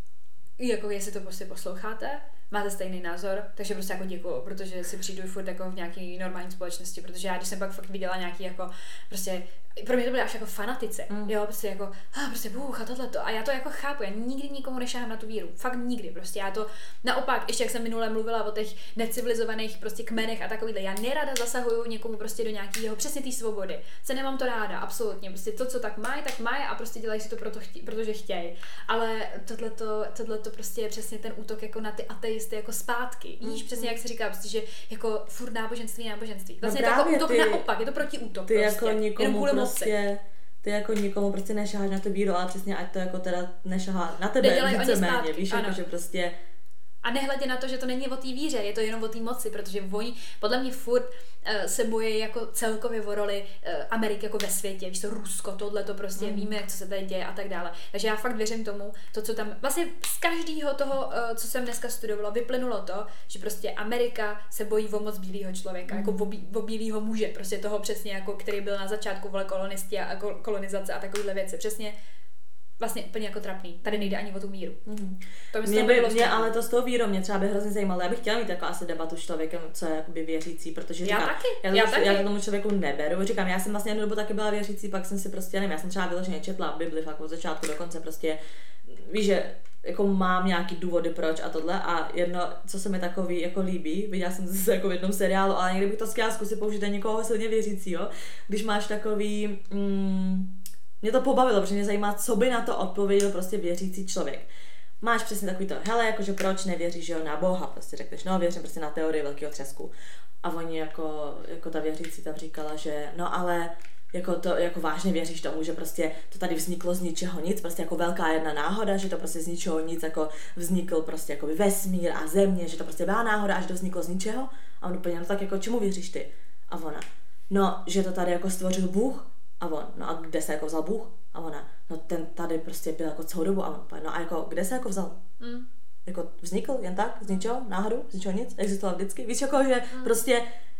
A: jako jestli to prostě posloucháte, máte stejný názor, takže prostě jako děkuju, protože si přijdu furt jako v nějaký normální společnosti, protože já když jsem pak fakt viděla nějaký jako prostě, pro mě to byly až jako fanatice, mm. jo, prostě jako, ah, prostě Bůh a tohleto a já to jako chápu, já nikdy nikomu nešáhám na tu víru, fakt nikdy, prostě já to, naopak, ještě jak jsem minule mluvila o těch necivilizovaných prostě kmenech a takovýhle, já nerada zasahuju někomu prostě do nějakého přesně té svobody, se nemám to ráda, absolutně, prostě to, co tak mají, tak mají a prostě dělají si to proto chtě, protože chtějí, ale tohleto, tohleto prostě je přesně ten útok jako na ty ateisty jako zpátky, mm. víš, přesně jak se říká, prostě, že jako furt náboženství, náboženství, vlastně no je to jako útok ty, naopak, je to protiútok
B: ty
A: prostě,
B: jako nikomu prostě, ty jako nikomu prostě nešaháš na tu víru, ale přesně ať to jako teda nešahá na tebe víceméně, víš, jako že prostě.
A: A nehledě na to, že to není o té víře, je to jenom o té moci, protože oni podle mě furt uh, se bojí jako celkově o roli uh, Ameriky jako ve světě, víš to, Rusko, tohle to prostě mm. víme, jak co se tady děje a tak dále. Takže já fakt věřím tomu, to, co tam, vlastně z každého toho, uh, co jsem dneska studovala, vyplynulo to, že prostě Amerika se bojí o moc bílého člověka, mm. jako o, bí, o bílého muže, prostě toho přesně, jako který byl na začátku vole kolonisti a kolonizace a takovéhle věci, přesně. Vlastně úplně jako trapný. Tady nejde ani o tu míru. Mm-hmm. To
B: mě by, mě, ale to s tou vírou mě třeba by hrozně zajímalo. Já bych chtěla mít jako asi debatu s člověkem, co je jakoby věřící, protože říkám,
A: já taky,
B: já,
A: já,
B: tomu,
A: taky.
B: já tomu člověku neberu. Říkám, já jsem vlastně jednu dobu taky byla věřící, pak jsem si prostě, nevím, já jsem třeba vyloženě četla Bibli fakt od začátku do konce prostě, víš, že jako mám nějaký důvody proč a tohle a jedno, co se mi takový jako líbí, viděla jsem zase jako v jednom seriálu, ale někdy bych to chtěla zkusit použít na někoho silně věřícího, když máš takový mm, mě to pobavilo, protože mě zajímá, co by na to odpověděl prostě věřící člověk. Máš přesně takový to, hele, jakože proč nevěříš, že jo, na Boha, prostě řekneš, no věřím prostě na teorii velkého třesku. A oni jako, jako ta věřící tam říkala, že no ale jako to, jako vážně věříš tomu, že prostě to tady vzniklo z ničeho nic, prostě jako velká jedna náhoda, že to prostě z ničeho nic jako vznikl prostě jako vesmír a země, že to prostě byla náhoda, až to vzniklo z ničeho. A on úplně, no tak jako čemu věříš ty? A ona, no, že to tady jako stvořil Bůh. A on, no a kde se jako vzal Bůh? A ona, no ten tady prostě byl jako celou dobu. A on, no a jako kde se jako vzal? Mm. Jako vznikl jen tak, z ničeho, náhodou, z ničeho nic, existoval vždycky. Víš, jako že mm. prostě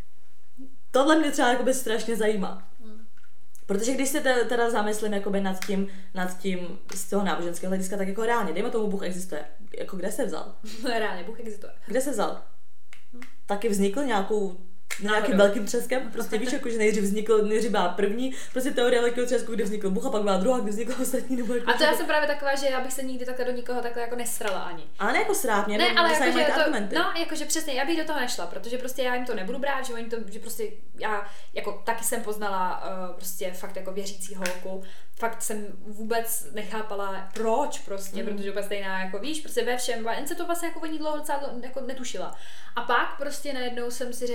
B: tohle mě třeba jakoby strašně zajímá. Mm. Protože když se te, teda zamyslím jakoby nad tím, nad tím z toho náboženského hlediska, tak jako reálně, dejme tomu, Bůh existuje. Jako kde se vzal?
A: Reálně, Bůh existuje.
B: Kde se vzal? Mm. Taky vznikl nějakou nějakým velkým třeskem, prostě víš, jako, že nejdřív vznikl, nejdřív byla první, prostě teorie velkého třesku, kde vznikl Bůh a pak byla druhá, kde vznikl ostatní. Nebo jako
A: a to já jsem právě taková, že já bych se nikdy takhle do nikoho takhle jako nesrala ani.
B: Ale ne jako srát, mě
A: ne, ale jako, že to,
B: argumenty.
A: No, jakože přesně, já bych do toho nešla, protože prostě já jim to nebudu brát, že oni to, že prostě já jako taky jsem poznala uh, prostě fakt jako věřící holku, fakt jsem vůbec nechápala proč prostě, mm. protože úplně stejná jako víš, prostě ve všem, jen se to vlastně jako o ní dlouho docela jako netušila. A pak prostě najednou jsem si řekla,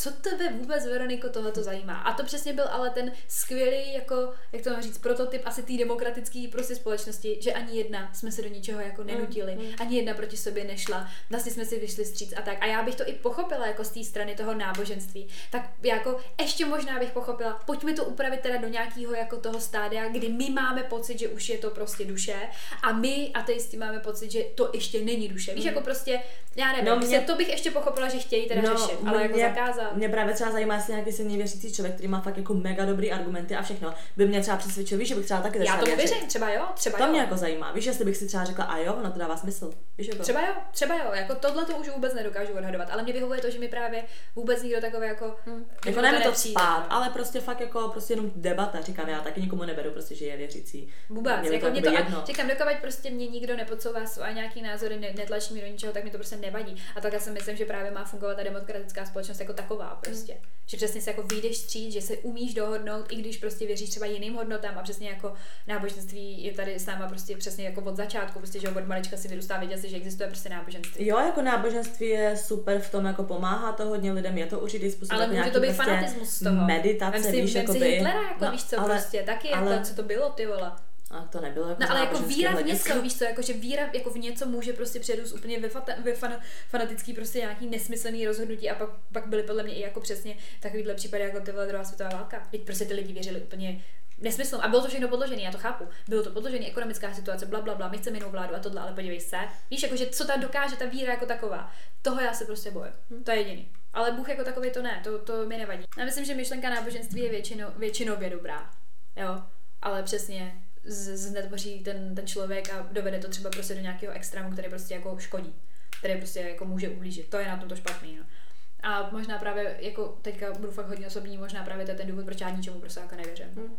A: co tebe vůbec, Veroniko, tohleto zajímá. A to přesně byl ale ten skvělý, jako, jak to mám říct, prototyp asi té demokratické prostě společnosti, že ani jedna jsme se do ničeho jako nenutili, mm, mm. ani jedna proti sobě nešla, vlastně jsme si vyšli vstříc a tak. A já bych to i pochopila jako z té strany toho náboženství. Tak jako ještě možná bych pochopila, pojďme to upravit teda do nějakého jako toho stádia, kdy my máme pocit, že už je to prostě duše a my ateisti máme pocit, že to ještě není duše. Víš, mm. jako prostě, já nevím, no mě... to bych ještě pochopila, že chtějí teda no, řešit, ale jako
B: mě,
A: zakázat.
B: Mě právě třeba zajímá, jestli nějaký silně věřící člověk, který má fakt jako mega dobrý argumenty a všechno, by mě třeba přesvědčil, víš, že bych třeba taky
A: začala. Já to věřím, třeba jo, třeba
B: to
A: jo.
B: mě jako zajímá, víš, jestli bych si třeba řekla, a jo, ono to dává smysl. Víš, jako.
A: Třeba jo, třeba jo, jako tohle to už vůbec nedokážu odhadovat, ale mě vyhovuje to, že mi právě vůbec nikdo takové jako
B: hmm. jako ne to spát, ale prostě fakt jako prostě jenom debata, říkám, já taky nikomu neberu prostě, že je věřící.
A: Vůbec, mě jako mě to jedno. Říkám, dokud prostě mě nikdo nepodsouvá a nějaký názory, ne, netlačí mi do ničeho, tak mi to prostě nevadí. A tak já si myslím, že právě má fungovat ta demokratická společnost jako taková prostě. Hmm. Že přesně se jako vyjdeš vstříc, že se umíš dohodnout, i když prostě věříš třeba jiným hodnotám a přesně jako náboženství je tady s náma prostě přesně jako od začátku, prostě že od malička si vyrůstá, věděl si, že existuje prostě náboženství.
B: Jo, jako náboženství je super v tom, jako pomáhá to hodně lidem, je to určitý způsob.
A: Ale může to být prostě fanatismus z toho.
B: Meditace,
A: vem si,
B: víš,
A: vem
B: jako
A: si
B: by...
A: Hitlera, jako no, víš co, ale, prostě taky ale... jako, co to bylo, ty vole.
B: A to nebylo jako
A: no, ale jako víra v něco, víš co, jako že víra jako v něco může prostě přerůst úplně ve, fata, ve fan, fanatický prostě nějaký nesmyslný rozhodnutí a pak, pak byly podle mě i jako přesně takovýhle případy jako tyhle druhá světová válka. Teď prostě ty lidi věřili úplně nesmyslnou. A bylo to všechno podložené, já to chápu. Bylo to podložené, ekonomická situace, bla, bla, bla, my chceme jinou vládu a tohle, ale podívej se. Víš, jako, že co tam dokáže ta víra jako taková. Toho já se prostě bojím. Hm. To je jediný. Ale Bůh jako takový to ne, to, to mi nevadí. Já myslím, že myšlenka náboženství je většinou, většinově dobrá. Jo, ale přesně znetvoří ten, ten člověk a dovede to třeba prostě do nějakého extrému, který prostě jako škodí, který prostě jako může ublížit. To je na tom to špatný, no. A možná právě, jako teďka budu fakt hodně osobní, možná právě to je ten důvod, proč já ničemu prostě jako nevěřím. Hmm.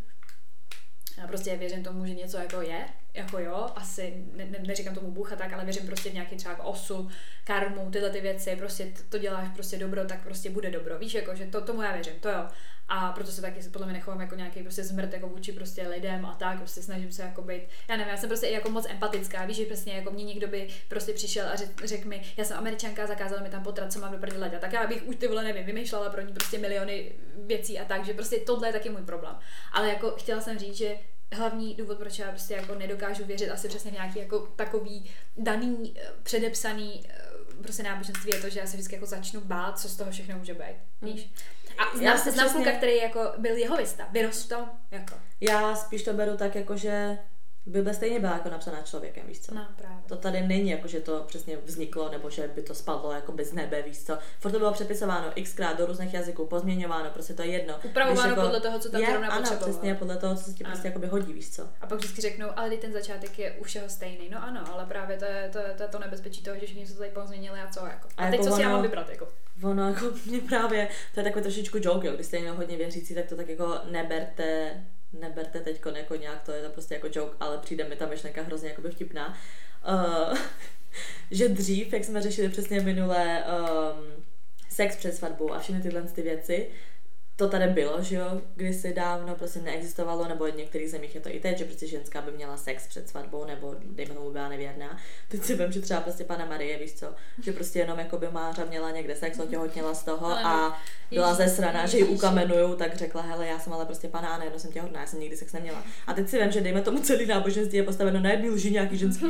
A: Já prostě věřím tomu, že něco jako je, jako jo, asi ne, ne, neříkám tomu Bůh a tak, ale věřím prostě v nějaký třeba jako osud, karmu, tyhle ty věci, prostě to děláš prostě dobro, tak prostě bude dobro, víš, jako, že to, tomu já věřím, to jo. A proto se taky podle mě nechovám jako nějaký prostě zmrt jako vůči prostě lidem a tak, prostě snažím se jako být, já nevím, já jsem prostě i jako moc empatická, víš, že přesně jako mě někdo by prostě přišel a řekl řek mi, já jsem Američanka, zakázala mi tam potrat, co mám do prdele dělat, tak já bych už ty vole nevím, vymýšlela pro ní prostě miliony věcí a tak, že prostě tohle je taky můj problém. Ale jako chtěla jsem říct, že hlavní důvod, proč já prostě jako nedokážu věřit asi přesně v nějaký jako takový daný, předepsaný prostě náboženství je to, že já se vždycky jako začnu bát, co z toho všechno může být, víš? A znám se znám kluka, který jako byl jehovista, vyrostl jako.
B: Já spíš to beru tak jako, že Bible stejně byla jako napsaná člověkem, víš co?
A: No, právě.
B: To tady není jako, že to přesně vzniklo, nebo že by to spadlo jako bez nebe, víš co? Furt to bylo přepisováno xkrát do různých jazyků, pozměňováno, prostě to je jedno.
A: Upravováno
B: jako,
A: podle toho, co tam
B: je,
A: zrovna
B: ano,
A: potřebovalo.
B: přesně podle toho, co se ti ano. prostě jakoby hodí, víš co?
A: A pak vždycky řeknou, ale ten začátek je u všeho stejný. No ano, ale právě to je to, to, je to nebezpečí toho, že všichni se tady pozměnili a co jako. A, a teď jako co si ono, já mám vybrat jako.
B: Ono jako mě právě, to je takový trošičku joke, jo, když jste jenom hodně věřící, tak to tak jako neberte neberte teďko jako nějak, to je to prostě jako joke, ale přijde mi ta myšlenka hrozně jakoby vtipná. Uh, že dřív, jak jsme řešili přesně minule um, sex před svatbou a všechny tyhle ty věci, to tady bylo, že jo, kdysi dávno prostě neexistovalo, nebo v některých zemích je to i teď, že prostě ženská by měla sex před svatbou, nebo dejme tomu byla nevěrná. Teď si vím, že třeba prostě Panna Marie, víš co, že prostě jenom jako by Mářa měla někde sex, otěhotněla z toho a byla zesraná, že ji ukamenujou, tak řekla, hele, já jsem ale prostě Panna a najednou jsem těhotná, já jsem nikdy sex neměla. A teď si vím, že dejme tomu celý náboženství je postaveno na jedný lži nějaký ženský.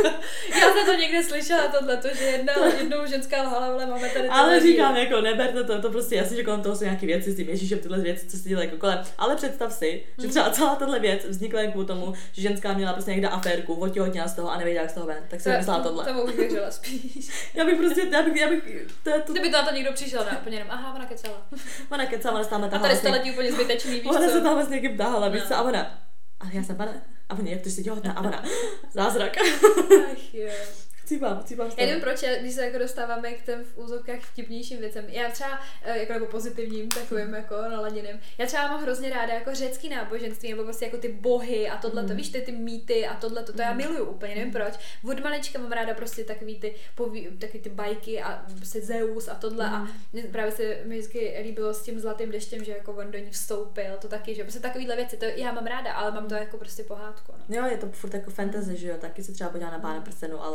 A: Já jsem to někde slyšela tohleto, že jedna jednou ženská lhala, ale máme tady.
B: Ale říkám jako neberte to, to prostě jasně, že kolem toho jsou nějaké věci s tím Ježíšem, tyhle věci, co se dělají jako kolem. Ale představ si, že třeba celá tahle věc vznikla jen kvůli tomu, že ženská měla prostě někde aférku, otěhotněla z toho a nevěděla, jak z toho ven. Tak si myslela tohle.
A: To bych věřila spíš.
B: Já bych prostě, já bych, já bych, to je to.
A: Kdyby to někdo přišel, ne, úplně jenom, aha, ona kecala.
B: Ona kecala, ona se tam tahala.
A: A tady staletí úplně zbytečný, víš co?
B: Ona se tam s někým tahala, víš co, a ona. A já jsem Panna. A ona, jak to jsi těhotná, a ona. Zázrak.
A: Ach jo.
B: Cípám, cípám
A: Já nevím proč, když se jako dostáváme k těm v úzovkách vtipnějším věcem. Já třeba, jako nebo pozitivním, takovým jako naladiným. Já třeba mám hrozně ráda jako řecký náboženství, nebo prostě jako ty bohy a tohle, mm. to víš, ty, ty mýty a tohle, to, to já miluju úplně, nevím proč. Od malička mám ráda prostě takový ty, poví, takový ty bajky a prostě Zeus a tohle mm. a právě se mi vždycky líbilo s tím zlatým deštěm, že jako on do ní vstoupil, to taky, že prostě takovýhle věci, to já mám ráda, ale mám to jako prostě pohádku. No.
B: Jo, je to furt jako fantasy, že jo, taky se třeba podívá na Pána prstenů, ale jakoby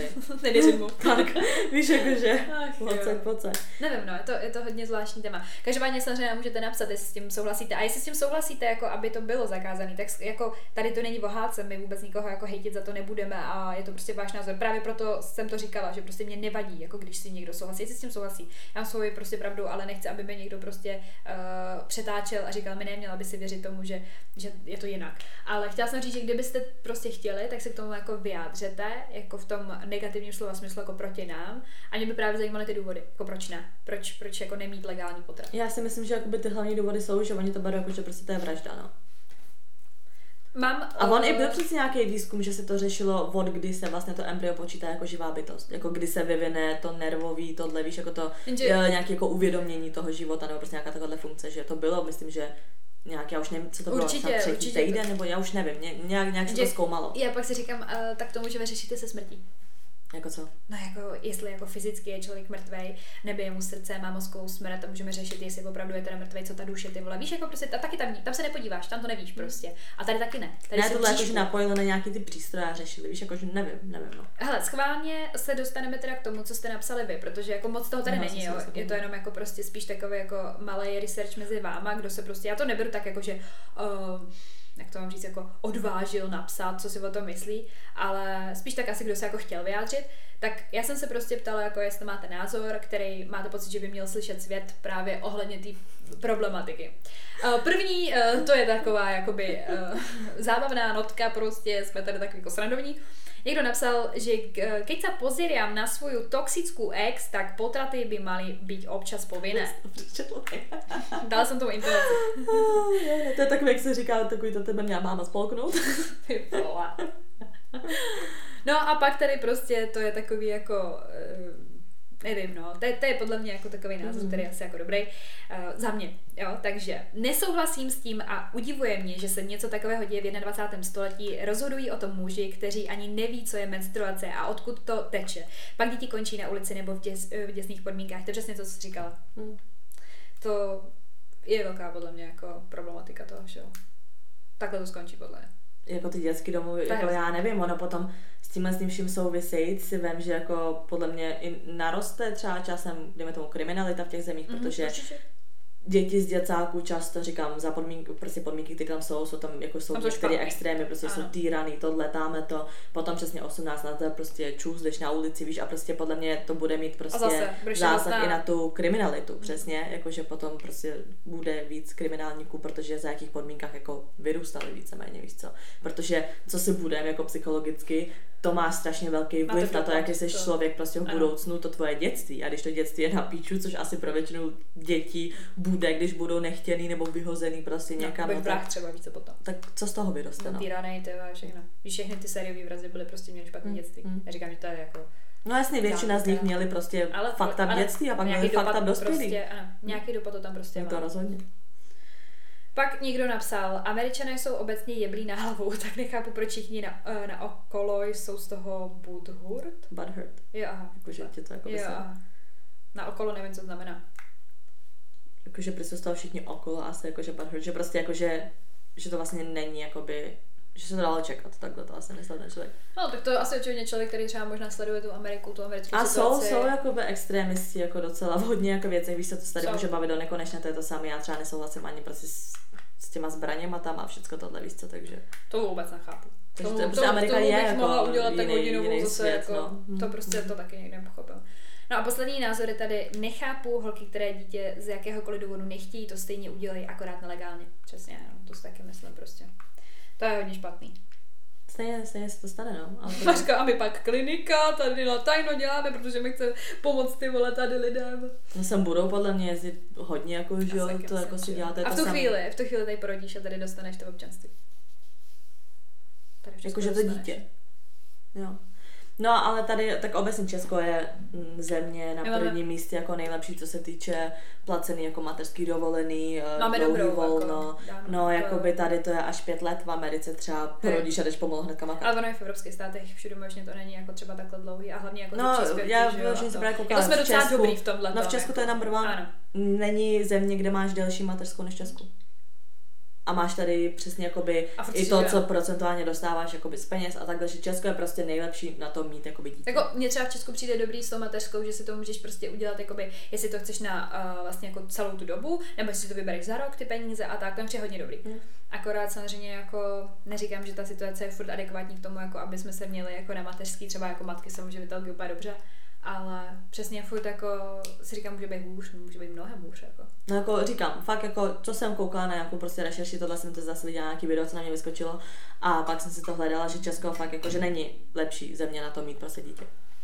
A: Nevěřím mu.
B: Tak, víš, jakože,
A: Ach, jo.
B: pocať, pocať.
A: Nevím, no, je to, je to hodně zvláštní téma. Každopádně samozřejmě můžete napsat, jestli s tím souhlasíte. A jestli s tím souhlasíte, jako aby to bylo zakázané, tak jako tady to není o hádce, my vůbec nikoho jako hejtit za to nebudeme a je to prostě váš názor. Právě proto jsem to říkala, že prostě mě nevadí, jako když si někdo souhlasí, jestli s tím souhlasí. Já mám svoji prostě pravdu, ale nechci, aby mě někdo prostě uh, přetáčel a říkal mi neměla by si věřit tomu, že, že je to jinak. Ale chtěla jsem říct, že kdybyste prostě chtěli, tak se k tomu jako vyjádřete, jako v tom negativním slova smyslu jako proti nám. A mě by právě zajímaly ty důvody, jako proč ne, proč, proč jako nemít legální potrat.
B: Já si myslím, že jakoby ty hlavní důvody jsou, že oni to berou jako, že prostě to je vražda, no.
A: Mám,
B: a on
A: uh,
B: i byl přeci nějaký výzkum, že se to řešilo od kdy se vlastně to embryo počítá jako živá bytost. Jako kdy se vyvine to nervový, tohle, víš, jako to
A: Jenže...
B: nějaké jako uvědomění toho života, nebo prostě nějaká taková funkce, že to bylo, myslím, že nějak, já už nevím, co to bylo,
A: určitě,
B: třeba třetí
A: určitě
B: týden,
A: to...
B: nebo já už nevím, ně, nějak, nějak se to zkoumalo.
A: Já pak si říkám, uh, tak to můžeme řešit se smrtí.
B: Jako co?
A: No jako, jestli jako fyzicky je člověk mrtvej, nebije mu srdce, má mozkovou smrt a můžeme řešit, jestli opravdu je teda mrtvej, co ta duše, ty vole. Víš, jako prostě, ta, taky tam, tam se nepodíváš, tam to nevíš prostě. A tady taky ne. Tady
B: ne, tohle jakože napojili na nějaký ty přístroje a řešili, víš, jakože nevím, nevím, no.
A: Hele, schválně se dostaneme teda k tomu, co jste napsali vy, protože jako moc toho tady no, není, jo. Je to jenom jako prostě spíš takový jako malý research mezi váma, kdo se prostě, já to neberu tak jako, že uh, jak to mám říct, jako odvážil napsat, co si o tom myslí, ale spíš tak asi, kdo se jako chtěl vyjádřit. Tak já jsem se prostě ptala, jako jestli máte názor, který máte pocit, že by měl slyšet svět právě ohledně té problematiky. První, to je taková jakoby zábavná notka, prostě jsme tady takový jako srandovní. Někdo napsal, že keď sa pozerám na svoju toxickú ex, tak potraty by mali byť občas povinné. Dala jsem tomu intonaci.
B: To je takové, jak se říká, takový to tebe měla máma spolknout.
A: Ty vole. No a pak tady prostě to je takový jako, nevím no, to je, to je podle mě jako takový názor, mm. který je asi jako dobrý uh, za mě, jo, takže nesouhlasím s tím a udivuje mě, že se něco takového děje v dvacátém prvním století, rozhodují o tom muži, kteří ani neví, co je menstruace a odkud to teče. Pak děti končí na ulici nebo v, děs, v děsných podmínkách, to je přesně to, co jsi říkala. Mm. To je velká podle mě jako problematika toho, že jo. Takhle to skončí podle mě.
B: Jako ty dětský domovy, jako já nevím, ono potom s tímhle s tím vším souvisejíc si vím, že jako podle mě i naroste třeba časem, dejme tomu, kriminalita v těch zemích, mm-hmm, protože určitě. Děti z děcáků často, říkám, za podmínky, prostě podmínky, které tam jsou, jsou tam jako jsou některé extrémy, prostě ano. Jsou týraný, tohle, táme to, potom přesně osmnáct let prostě čus, jdeš na ulici, víš, a prostě podle mě to bude mít prostě zase, zásah na... i na tu kriminalitu, mm. přesně, jakože potom prostě bude víc kriminálníků, protože za jakých podmínkách jako vyrůstali víceméně, víš co, protože co si budeme jako psychologicky, to má strašně velký vliv na to, jaký jsi to... člověk prostě v budoucnu, to tvoje dětství, a když to dětství je na píču, což asi pro většinu dětí bude, když budou nechtěný nebo vyhozený prostě někam.
A: No, tak, třeba více potom.
B: Tak co z toho vyroste, no?
A: Týranej, to je všechno. Víš, všechny ty sériové vraždy byly prostě měly špatné mm, dětství. Mm. Já říkám, že to je jako...
B: No jasně, většina z nich měli prostě ale, fakta v dětství a pak měli fakta v dospělí.
A: Prostě, ano, nějaký dopad to tam prostě má.
B: To rozhodně.
A: Pak někdo napsal, Američané jsou obecně jeblí na hlavu, tak nechápu, proč všichni na, na okolo jsou z toho butthurt.
B: Butthurt.
A: Jo, aha.
B: Jakože tě to jako
A: jo, aha. Na okolo nevím, co znamená.
B: Jakože prostě z toho všichni okolo asi jakože butthurt, že prostě jakože, že to vlastně není jakoby, že se to dalo čekat, takhle to asi myslel ten člověk.
A: No, tak to asi očividně člověk, který třeba možná sleduje tu Ameriku, tu americkou
B: a
A: situaci.
B: A jsou, jsou jakoby extrémisti jako docela v hodně jako věcech, víš, se to tady může bavit do nekonečna, to je to samé, já třeba nesouhlasím ani prostě s, s těma zbraněma tam a všecko tohle, víš co, takže.
A: To vůbec nechápu.
B: Takže
A: to,
B: to, prostě Amerika je jako
A: mohla udělat
B: jiný,
A: tak hodinovou zase,
B: svět,
A: jako,
B: no.
A: To prostě to taky někde nepochopil. No a poslední názor je tady, nechápu holky, které dítě z jakéhokoliv důvodu nechtějí, to stejně udělají, akorát nelegálně. Přesně, no, to si taky myslím prostě. To je hodně špatný.
B: Stejně, stejně se to stane, no. Ale to...
A: Mařka, a my pak klinika, tady na tajno děláme, protože my chceme pomoct ty vole tady lidem.
B: No sem budou podle mě jezdit hodně, jako, že jo, to jako si děláte.
A: A v tu chvíli, v tu chvíli tady porodíš a tady dostaneš to občanství.
B: Jakože to dítě. Jo. No, ale tady, tak obecně Česko je země na prvním místě jako nejlepší, co se týče placený jako mateřský dovolený,
A: máme
B: dlouhý
A: dobrou,
B: volno.
A: Jako,
B: no, jakoby tady to je až pět let, v Americe třeba porodíš a jdeš pomalu hnedka makat.
A: Ale ono je v evropských státech všude možně to není jako třeba takhle dlouhý a hlavně jako
B: no,
A: příspěvky,
B: já
A: že jo,
B: to, se právě
A: jako jsme docela dobrý v tomhle.
B: No v Česku to je number one. Není země, kde máš delší mateřskou než Česku. a máš tady přesně jakoby i to, co procentuálně dostáváš jakoby z peněz a takhle, že Česko je prostě nejlepší na tom mít jakoby dítě.
A: Jako mně třeba v Česku přijde dobrý s tou mateřskou, že si to můžeš prostě udělat jakoby, jestli to chceš na uh, vlastně jako celou tu dobu, nebo jestli si to vybereš za rok ty peníze a tak, to je přijde hodně dobrý. Hmm. Akorát samozřejmě jako neříkám, že ta situace je furt adekvátní k tomu, jako aby jsme se měli jako na mateřský, třeba jako matky se může vytalky úplně dobře, ale přesně furt jako si říkám, může být hůř, může být mnohem hůř jako.
B: No jako říkám, fakt jako, co jsem koukala na nějakou prostě rešerši, tohle jsem to zase viděla nějaký video, co na mě vyskočilo a pak jsem si to hledala, že Česko fakt jako, že není lepší země na to mít prostě dítě.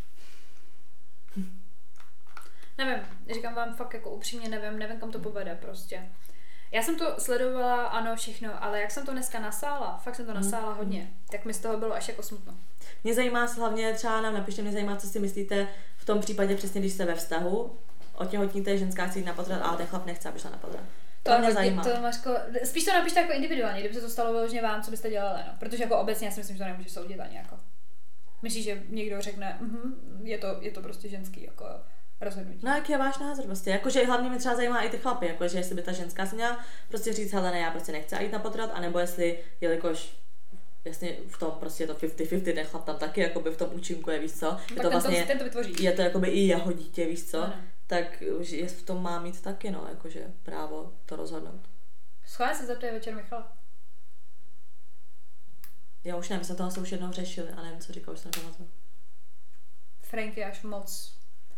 A: Nevím, říkám vám fakt jako upřímně, nevím, nevím kam to povede prostě. Já jsem to sledovala, ano, všechno, ale jak jsem to dneska nasála, fakt jsem to nasála hodně, tak mi z toho bylo až jako smutno.
B: Mě zajímá hlavně, třeba nám napište, mě zajímá, co si myslíte v tom případě přesně, když jste ve vztahu, otěhotníte, ženská chce jít na potrat, ale ten chlap nechce, aby šla na potrat. To, to mě zajímá. To, Mařko,
A: spíš to napište jako individuálně, kdyby se to stalo vyloženě vám, co byste dělali, no. Protože jako obecně já si myslím, že to nemůže soudit ani jako. Myslíš, že někdo řekne, uh-huh, je, to, je to prostě ženský jako rozhodnutí.
B: No jaký je váš názor prostě, jakože hlavně mě třeba zajímá i ty chlapy, jakože jestli by ta ženská si měla prostě říct, hele ne, já prostě nechci jít na potrat, anebo jestli, jelikož jasně v tom prostě je to padesát padesát, ten chlap tam taky jakoby v tom účinku je, víš co, je to vlastně,
A: ten to vytvoří.
B: Je to jakoby i jeho dítě, víš co,
A: ano.
B: Tak je v tom má mít taky, no, jakože právo to rozhodnout.
A: Schválně se zeptej večer Michala.
B: Já už nevím, jsme toho se už jednou řešili a nevím, co říkal, už se nepamatuju.
A: Frank je až moc,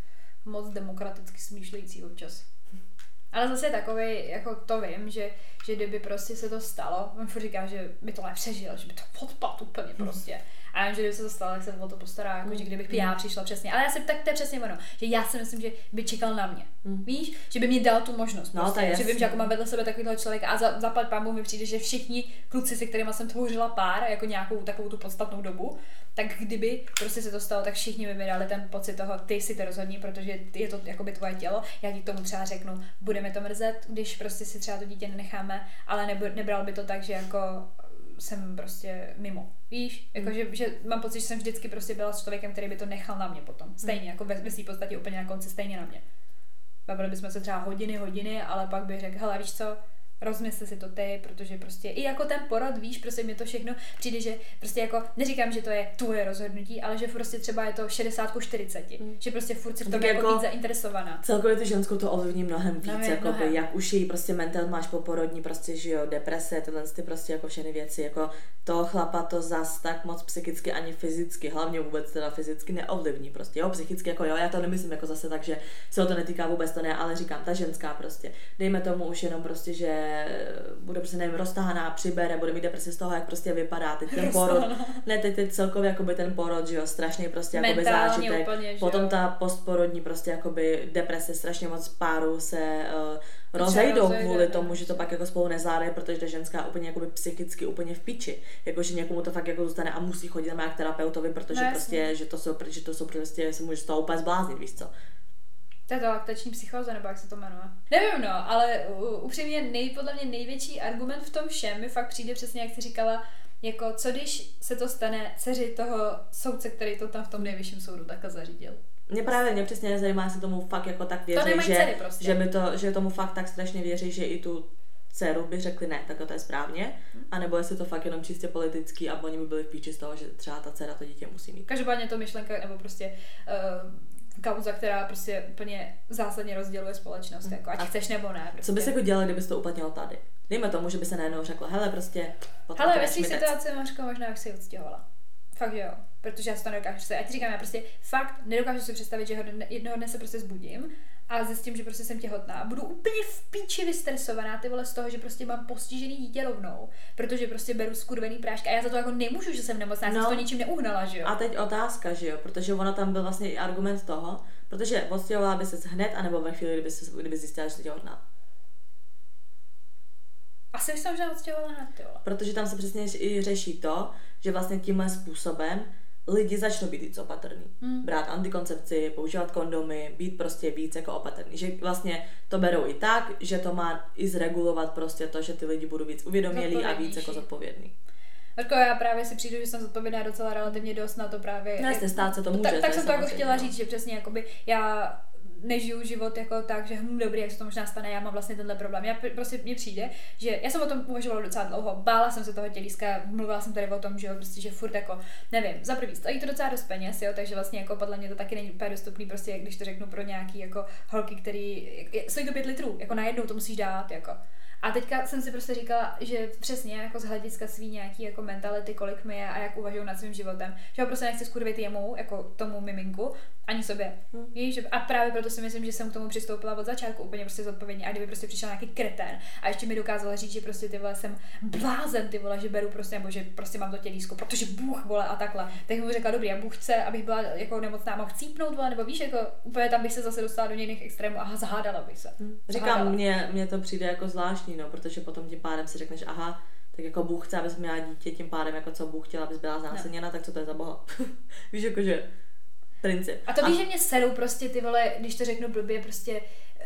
A: moc demokraticky smýšlející občas. Ale zase takovej, jako to vím, že, že kdyby prostě se to stalo, on furt říká, že by to nepřežil, že by to odpad úplně prostě. A já vím, že kdyby se to stalo, tak se o to postará, jako, že kdybych já přišla přesně. Ale já si tak to je přesně ono, že já si myslím, že by čekal na mě. Mm. Víš? Že by mě dal tu možnost.
B: No,
A: prostě, že vím, že jako mám vedle sebe takovýhle člověka a za, zaplať pámu mi přijde, že všichni kluci, se kterými jsem tvořila pár, jako nějakou takovou tu podstatnou dobu, tak kdyby prostě se to stalo, tak všichni by mi dali ten pocit toho, ty si to rozhodni, protože je to jakoby tvoje tělo. Já ti k tomu třeba řeknu, budeme to mrzet, když prostě si třeba to dítě nenecháme, ale nebr, nebral by to tak, že jako jsem prostě mimo. Víš? Jako, mm. že, že mám pocit, že jsem vždycky prostě byla s člověkem, který by to nechal na mě potom. Stejně, mm. jako ve, ve své podstatě úplně na konci stejně na mě. Bavili bychom se třeba hodiny, hodiny, ale pak bych řekl, hele, víš co, rozmysli si to ty, protože prostě i jako ten porod, víš, prostě mi to všechno přijde, že prostě jako, neříkám, že to je tvoje rozhodnutí, ale že prostě třeba je to šedesát ku čtyřiceti, mm. že prostě furt si v tom jako víc zainteresovaná.
B: Celkově ty ženskou to ovlivní mnohem víc,
A: no,
B: jako
A: mnohem.
B: By, jak už jí prostě mental máš poporodní, prostě, že jo, deprese, tyhle ty prostě jako všechny věci, jako toho chlapa to zas tak moc psychicky ani fyzicky, hlavně vůbec teda fyzicky neovlivní prostě, jo, psychicky jako jo, já to nemyslím jako zase tak, že se o to netýká vůbec to ne, ale říkám, ta ženská prostě, dejme tomu už jenom prostě, že bude prostě nevím, roztahaná, přibere, bude mít depresi z toho, jak prostě vypadá, teď ten porod, ne, teď, teď celkově jakoby ten porod, že jo, strašný prostě jakoby zážitek, úplně, potom ta postporodní prostě jakoby deprese, strašně moc párů se uh, rozejdou rozejde, kvůli ne, tomu, že to pak jako spolu nezvládají, protože ta ženská úplně jakoby psychicky úplně v piči, jakože někomu to fakt jako zůstane a musí chodit tam k terapeutovi, protože no, prostě, že to jsou, že to jsou prostě, se může z toho úplně zbláznit, víš co.
A: To je to laktační psychóza, nebo jak se to jmenuje. Nevím, no, ale upřímně nej, podle mě největší argument v tom všem mi fakt přijde přesně, jak jsi říkala, jako co když se to stane dceři toho soudce, který to tam v tom nejvyšším soudu takhle zařídil.
B: Mě právě mě přesně nezajímá, jestli tomu fakt jako tak věří, že, prostě. že, mi to, že tomu fakt tak strašně věří, že i tu dceru by řekli ne, tak to je správně, hmm. anebo jestli to fakt jenom čistě politický a oni by byli v píči z toho, že třeba ta dcera to dítě musí mít.
A: Každopádně to myšlenka, nebo prostě uh, kauza, která prostě úplně zásadně rozděluje společnost, mm. jako ať a chceš nebo ne. Prostě.
B: Co bys jako dělal, kdybys to uplatnilo tady? Dejme tomu, že by se najednou řeklo, hele prostě...
A: Hele, ve své situaci Mařko, možná jak se ji odstěhovala. Fakt jo, protože já si to nedokážu představit. A ti říkám, já prostě fakt nedokážu si představit, že jednoho dne se prostě zbudím a zjistím, že prostě jsem těhotná a budu úplně v píči vystresovaná ty vole z toho, že prostě mám postižený dítě rovnou, protože prostě beru skurvený prášky a já za to jako nemůžu, že jsem nemocná, no, jsem to ničím neuhnala, že jo.
B: A teď otázka, že jo, protože ono tam byl vlastně i argument toho, protože odstěhovala by se hned, anebo ve chvíli, kdyby, se, kdyby zjistila, že jsi těhotná.
A: Asi bych se možná odstěhovala hned, ty vole.
B: Protože tam se přesně i řeší to, že vlastně tímhle způsobem lidi začnou být víc opatrný. Hmm. Brát antikoncepci, používat kondomy, být prostě víc jako opatrný. Že vlastně to berou i tak, že to má i zregulovat prostě to, že ty lidi budou víc uvědomělí a víc jako zodpovědný.
A: Marko, já právě si přijdu, že jsem zodpovědná docela relativně dost na to právě.
B: No, jestli stát se to může.
A: Tak, tak jsem to jako chtěla říct, že přesně jakoby já nežiju život jako tak, že hm, dobrý, jak se to možná stane, já mám vlastně tenhle problém. Já prostě mně přijde, že já jsem o tom uvažovala docela dlouho, bála jsem se toho tělíska, mluvila jsem tady o tom, že jo, prostě, že furt jako, nevím, za prvý stojí to docela dost peněz, jo, takže vlastně jako podle mě to taky není úplně dostupný, prostě když to řeknu pro nějaký jako holky, který, stojí to pět litrů, jako najednou to musíš dát, jako. A teďka jsem si prostě říkala, že přesně jako z hlediska svý nějaký jako mentality, kolik mi je a jak uvažuju nad svým životem, že ho prostě nechci skurvit jemu, jako tomu miminku, ani sobě. Hmm. Víš, a právě proto si myslím, že jsem k tomu přistoupila od začátku úplně prostě zodpovědně. A kdyby prostě přišel nějaký kretén a ještě mi dokázala říct, že prostě ty vole jsem blázen, ty vole, že beru prostě, nebo že prostě mám to tělísko, protože Bůh vole a takhle. Tak mu řekla, dobrý, a Bůh chce, abych byla jako nemocná, mohl chcípnout, vole, nebo víš, jako úplně tam bych se zase dostala do jiných extrémů a zahádala bych se.
B: Hmm. Říkám, mně, mně to přijde jako zvláštní, no, protože potom tím pádem si řekneš, aha, tak jako Bůh chce, abys měla dítě, tím pádem jako co Bůh chtěl, abys byla znásilněna, tak co to je za boha? Víš, jakože princip.
A: A to víš, a... že mě serou prostě ty vole, když to řeknu blbě, prostě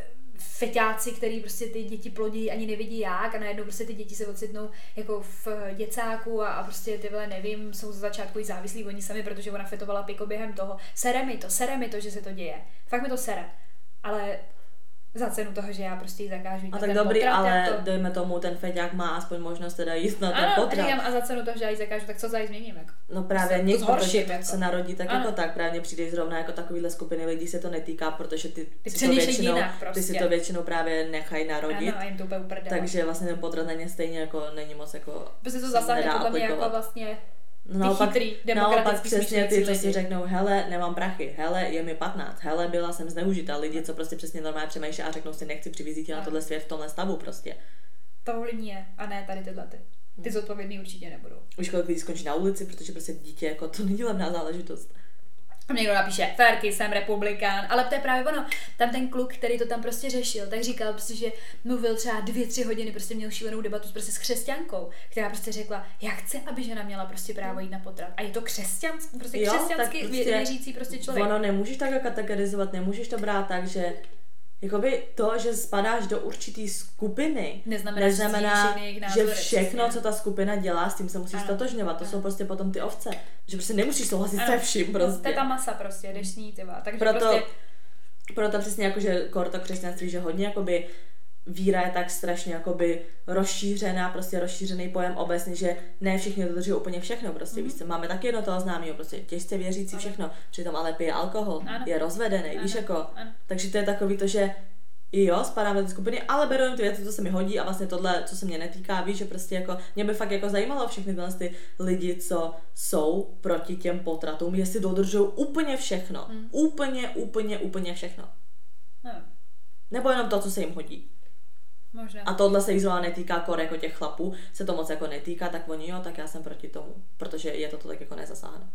A: feťáci, který prostě ty děti plodí, ani nevidí jak a najednou prostě ty děti se ocitnou jako v děcáku a, a prostě ty vole, nevím, jsou z začátku i závislí oni sami, protože ona fetovala piko během toho. Sere mi to, sere mi to, že se to děje. Fakt mi to sere. Ale za cenu toho, že já prostě jí zakážu jít
B: a
A: na
B: tak
A: ten
B: dobrý,
A: potrat,
B: ale
A: to...
B: dejme tomu, ten feťák má aspoň možnost teda jíst na ten
A: ano,
B: potrat.
A: Ano, a za cenu toho, že já jí zakážu, tak co za jí změním? Jako?
B: No právě někdo, protože
A: jako.
B: se narodí tak
A: ano.
B: jako tak, právě přijde zrovna jako takovýhle skupiny lidí se to netýká, protože ty,
A: ty,
B: si, to většinou,
A: jinak prostě.
B: ty si to většinou právě nechají narodit.
A: Ano, a jim to úplně uprdele.
B: Takže vlastně ten potrat na ně stejně jako není moc jako
A: prostě to zasáhne podle mě jako vlastně
B: No, naopak,
A: chytrý,
B: naopak přesně ty, co
A: lidi.
B: si řeknou, hele, nemám prachy, hele, je mi patnáct, hele, byla jsem zneužita, lidi, co prostě přesně normálně přemýšlí a řeknou si, nechci přivizít tě na tohle svět v tomhle stavu prostě.
A: To ovlivní je, a ne tady tyhle ty. Ty zodpovědný určitě nebudou.
B: Už kolik lidí skončí na ulici, protože prostě dítě, jako to není levná záležitost.
A: A někdo napíše, Ferky, jsem republikán, ale to je právě ono, tam ten kluk, který to tam prostě řešil, tak říkal prostě, že mluvil třeba dvě, tři hodiny, prostě měl šílenou debatu prostě s křesťankou, která prostě řekla, já chci, aby žena měla prostě právo jít na potrat. A je to křesťanský, prostě jo, křesťanský prostě věřící prostě člověk.
B: Ono nemůžeš tak kategorizovat, nemůžeš to brát tak, že jakoby to, že spadáš do určitý skupiny,
A: neznamená,
B: neznamená že všechno,
A: přesně.
B: co ta skupina dělá, s tím se musíš stotožňovat. To ano. Jsou prostě potom ty ovce. Že prostě nemusíš souhlasit se vším prostě.
A: To je ta masa prostě, jdeš s ní, tyva. Takže
B: proto,
A: prostě...
B: proto přesně jako, že kor to křesťanství, že hodně jakoby víra je tak strašně jakoby rozšířená, prostě rozšířený pojem obecně, že ne všichni dodržují úplně všechno, prostě mm-hmm. víš co, máme taky jedno toho známého, prostě těžce věřící ano. všechno, přitom ale pije alkohol, ano. je rozvedený, ano. víš jako, ano. takže to je takový to, že jo, spadám do té skupiny, ale beru jen ty věci, co se mi hodí a vlastně tohle, co se mě netýká, víš, že prostě jako, mě by fakt jako zajímalo všechny tyhle ty lidi, co jsou proti těm potratům, jestli dodržují úplně všechno, mm. úplně, úplně, úplně všechno.
A: No.
B: Nebo jenom to, co se jim hodí.
A: Možná.
B: A tohle se jízla netýká kor jako těch chlapů, se to moc jako netýká, tak oni jo, tak já jsem proti tomu, protože je to to tak jako nezasáhne.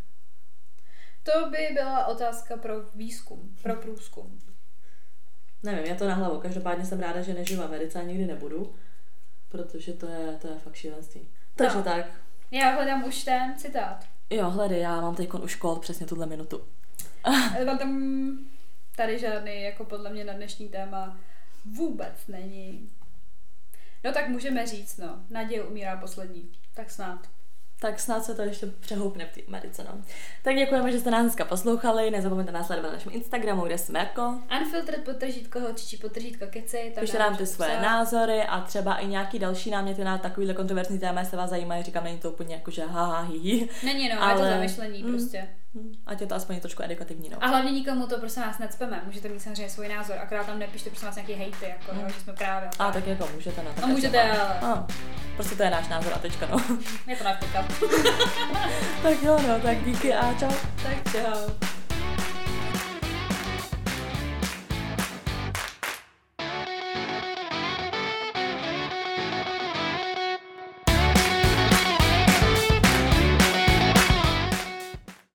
A: To by byla otázka pro výzkum, pro průzkum.
B: Nevím, já to na hlavu, každopádně jsem ráda, že nežiju v Americe a nikdy nebudu, protože to je, to je fakt šílenství. Takže no. tak.
A: Já hledám už ten citát.
B: Jo, hledej, já mám teď už kód přesně tuhle minutu.
A: Mám tam tady žádný, jako podle mě na dnešní téma vůbec není. No tak můžeme říct, no, naděje umírá poslední. Tak snad. Tak snad se to ještě přehoupne v té Americe, no. Tak děkujeme, že jste nás dneska poslouchali, nezapomeňte nás sledovat na našem Instagramu, kde jsme jako Unfiltered podtržítko hočičí podtržítko keci.
B: Pište nám ty svoje psát. názory a třeba i nějaký další náměty na takovýhle kontroverzní téma, jestli vás zajímají, říkám, není to úplně jako, že haha, hihi.
A: Není no, ale... je to zamyšlení mm, prostě.
B: Mm, ať je to aspoň trošku edukativní, no.
A: A hlavně nikomu to prostě nás necpeme, můžete mít samozřejmě svůj názor, akorát tam nepište prostě vás nějaký hejty, jako, mm. jo, že jsme právě.
B: A tak jako můžete na to.
A: No můžete, ale...
B: A, prostě to je náš názor a tečka, no.
A: Je to náš podcast.
B: Tak jo, no, tak díky a čau.
A: Tak čau.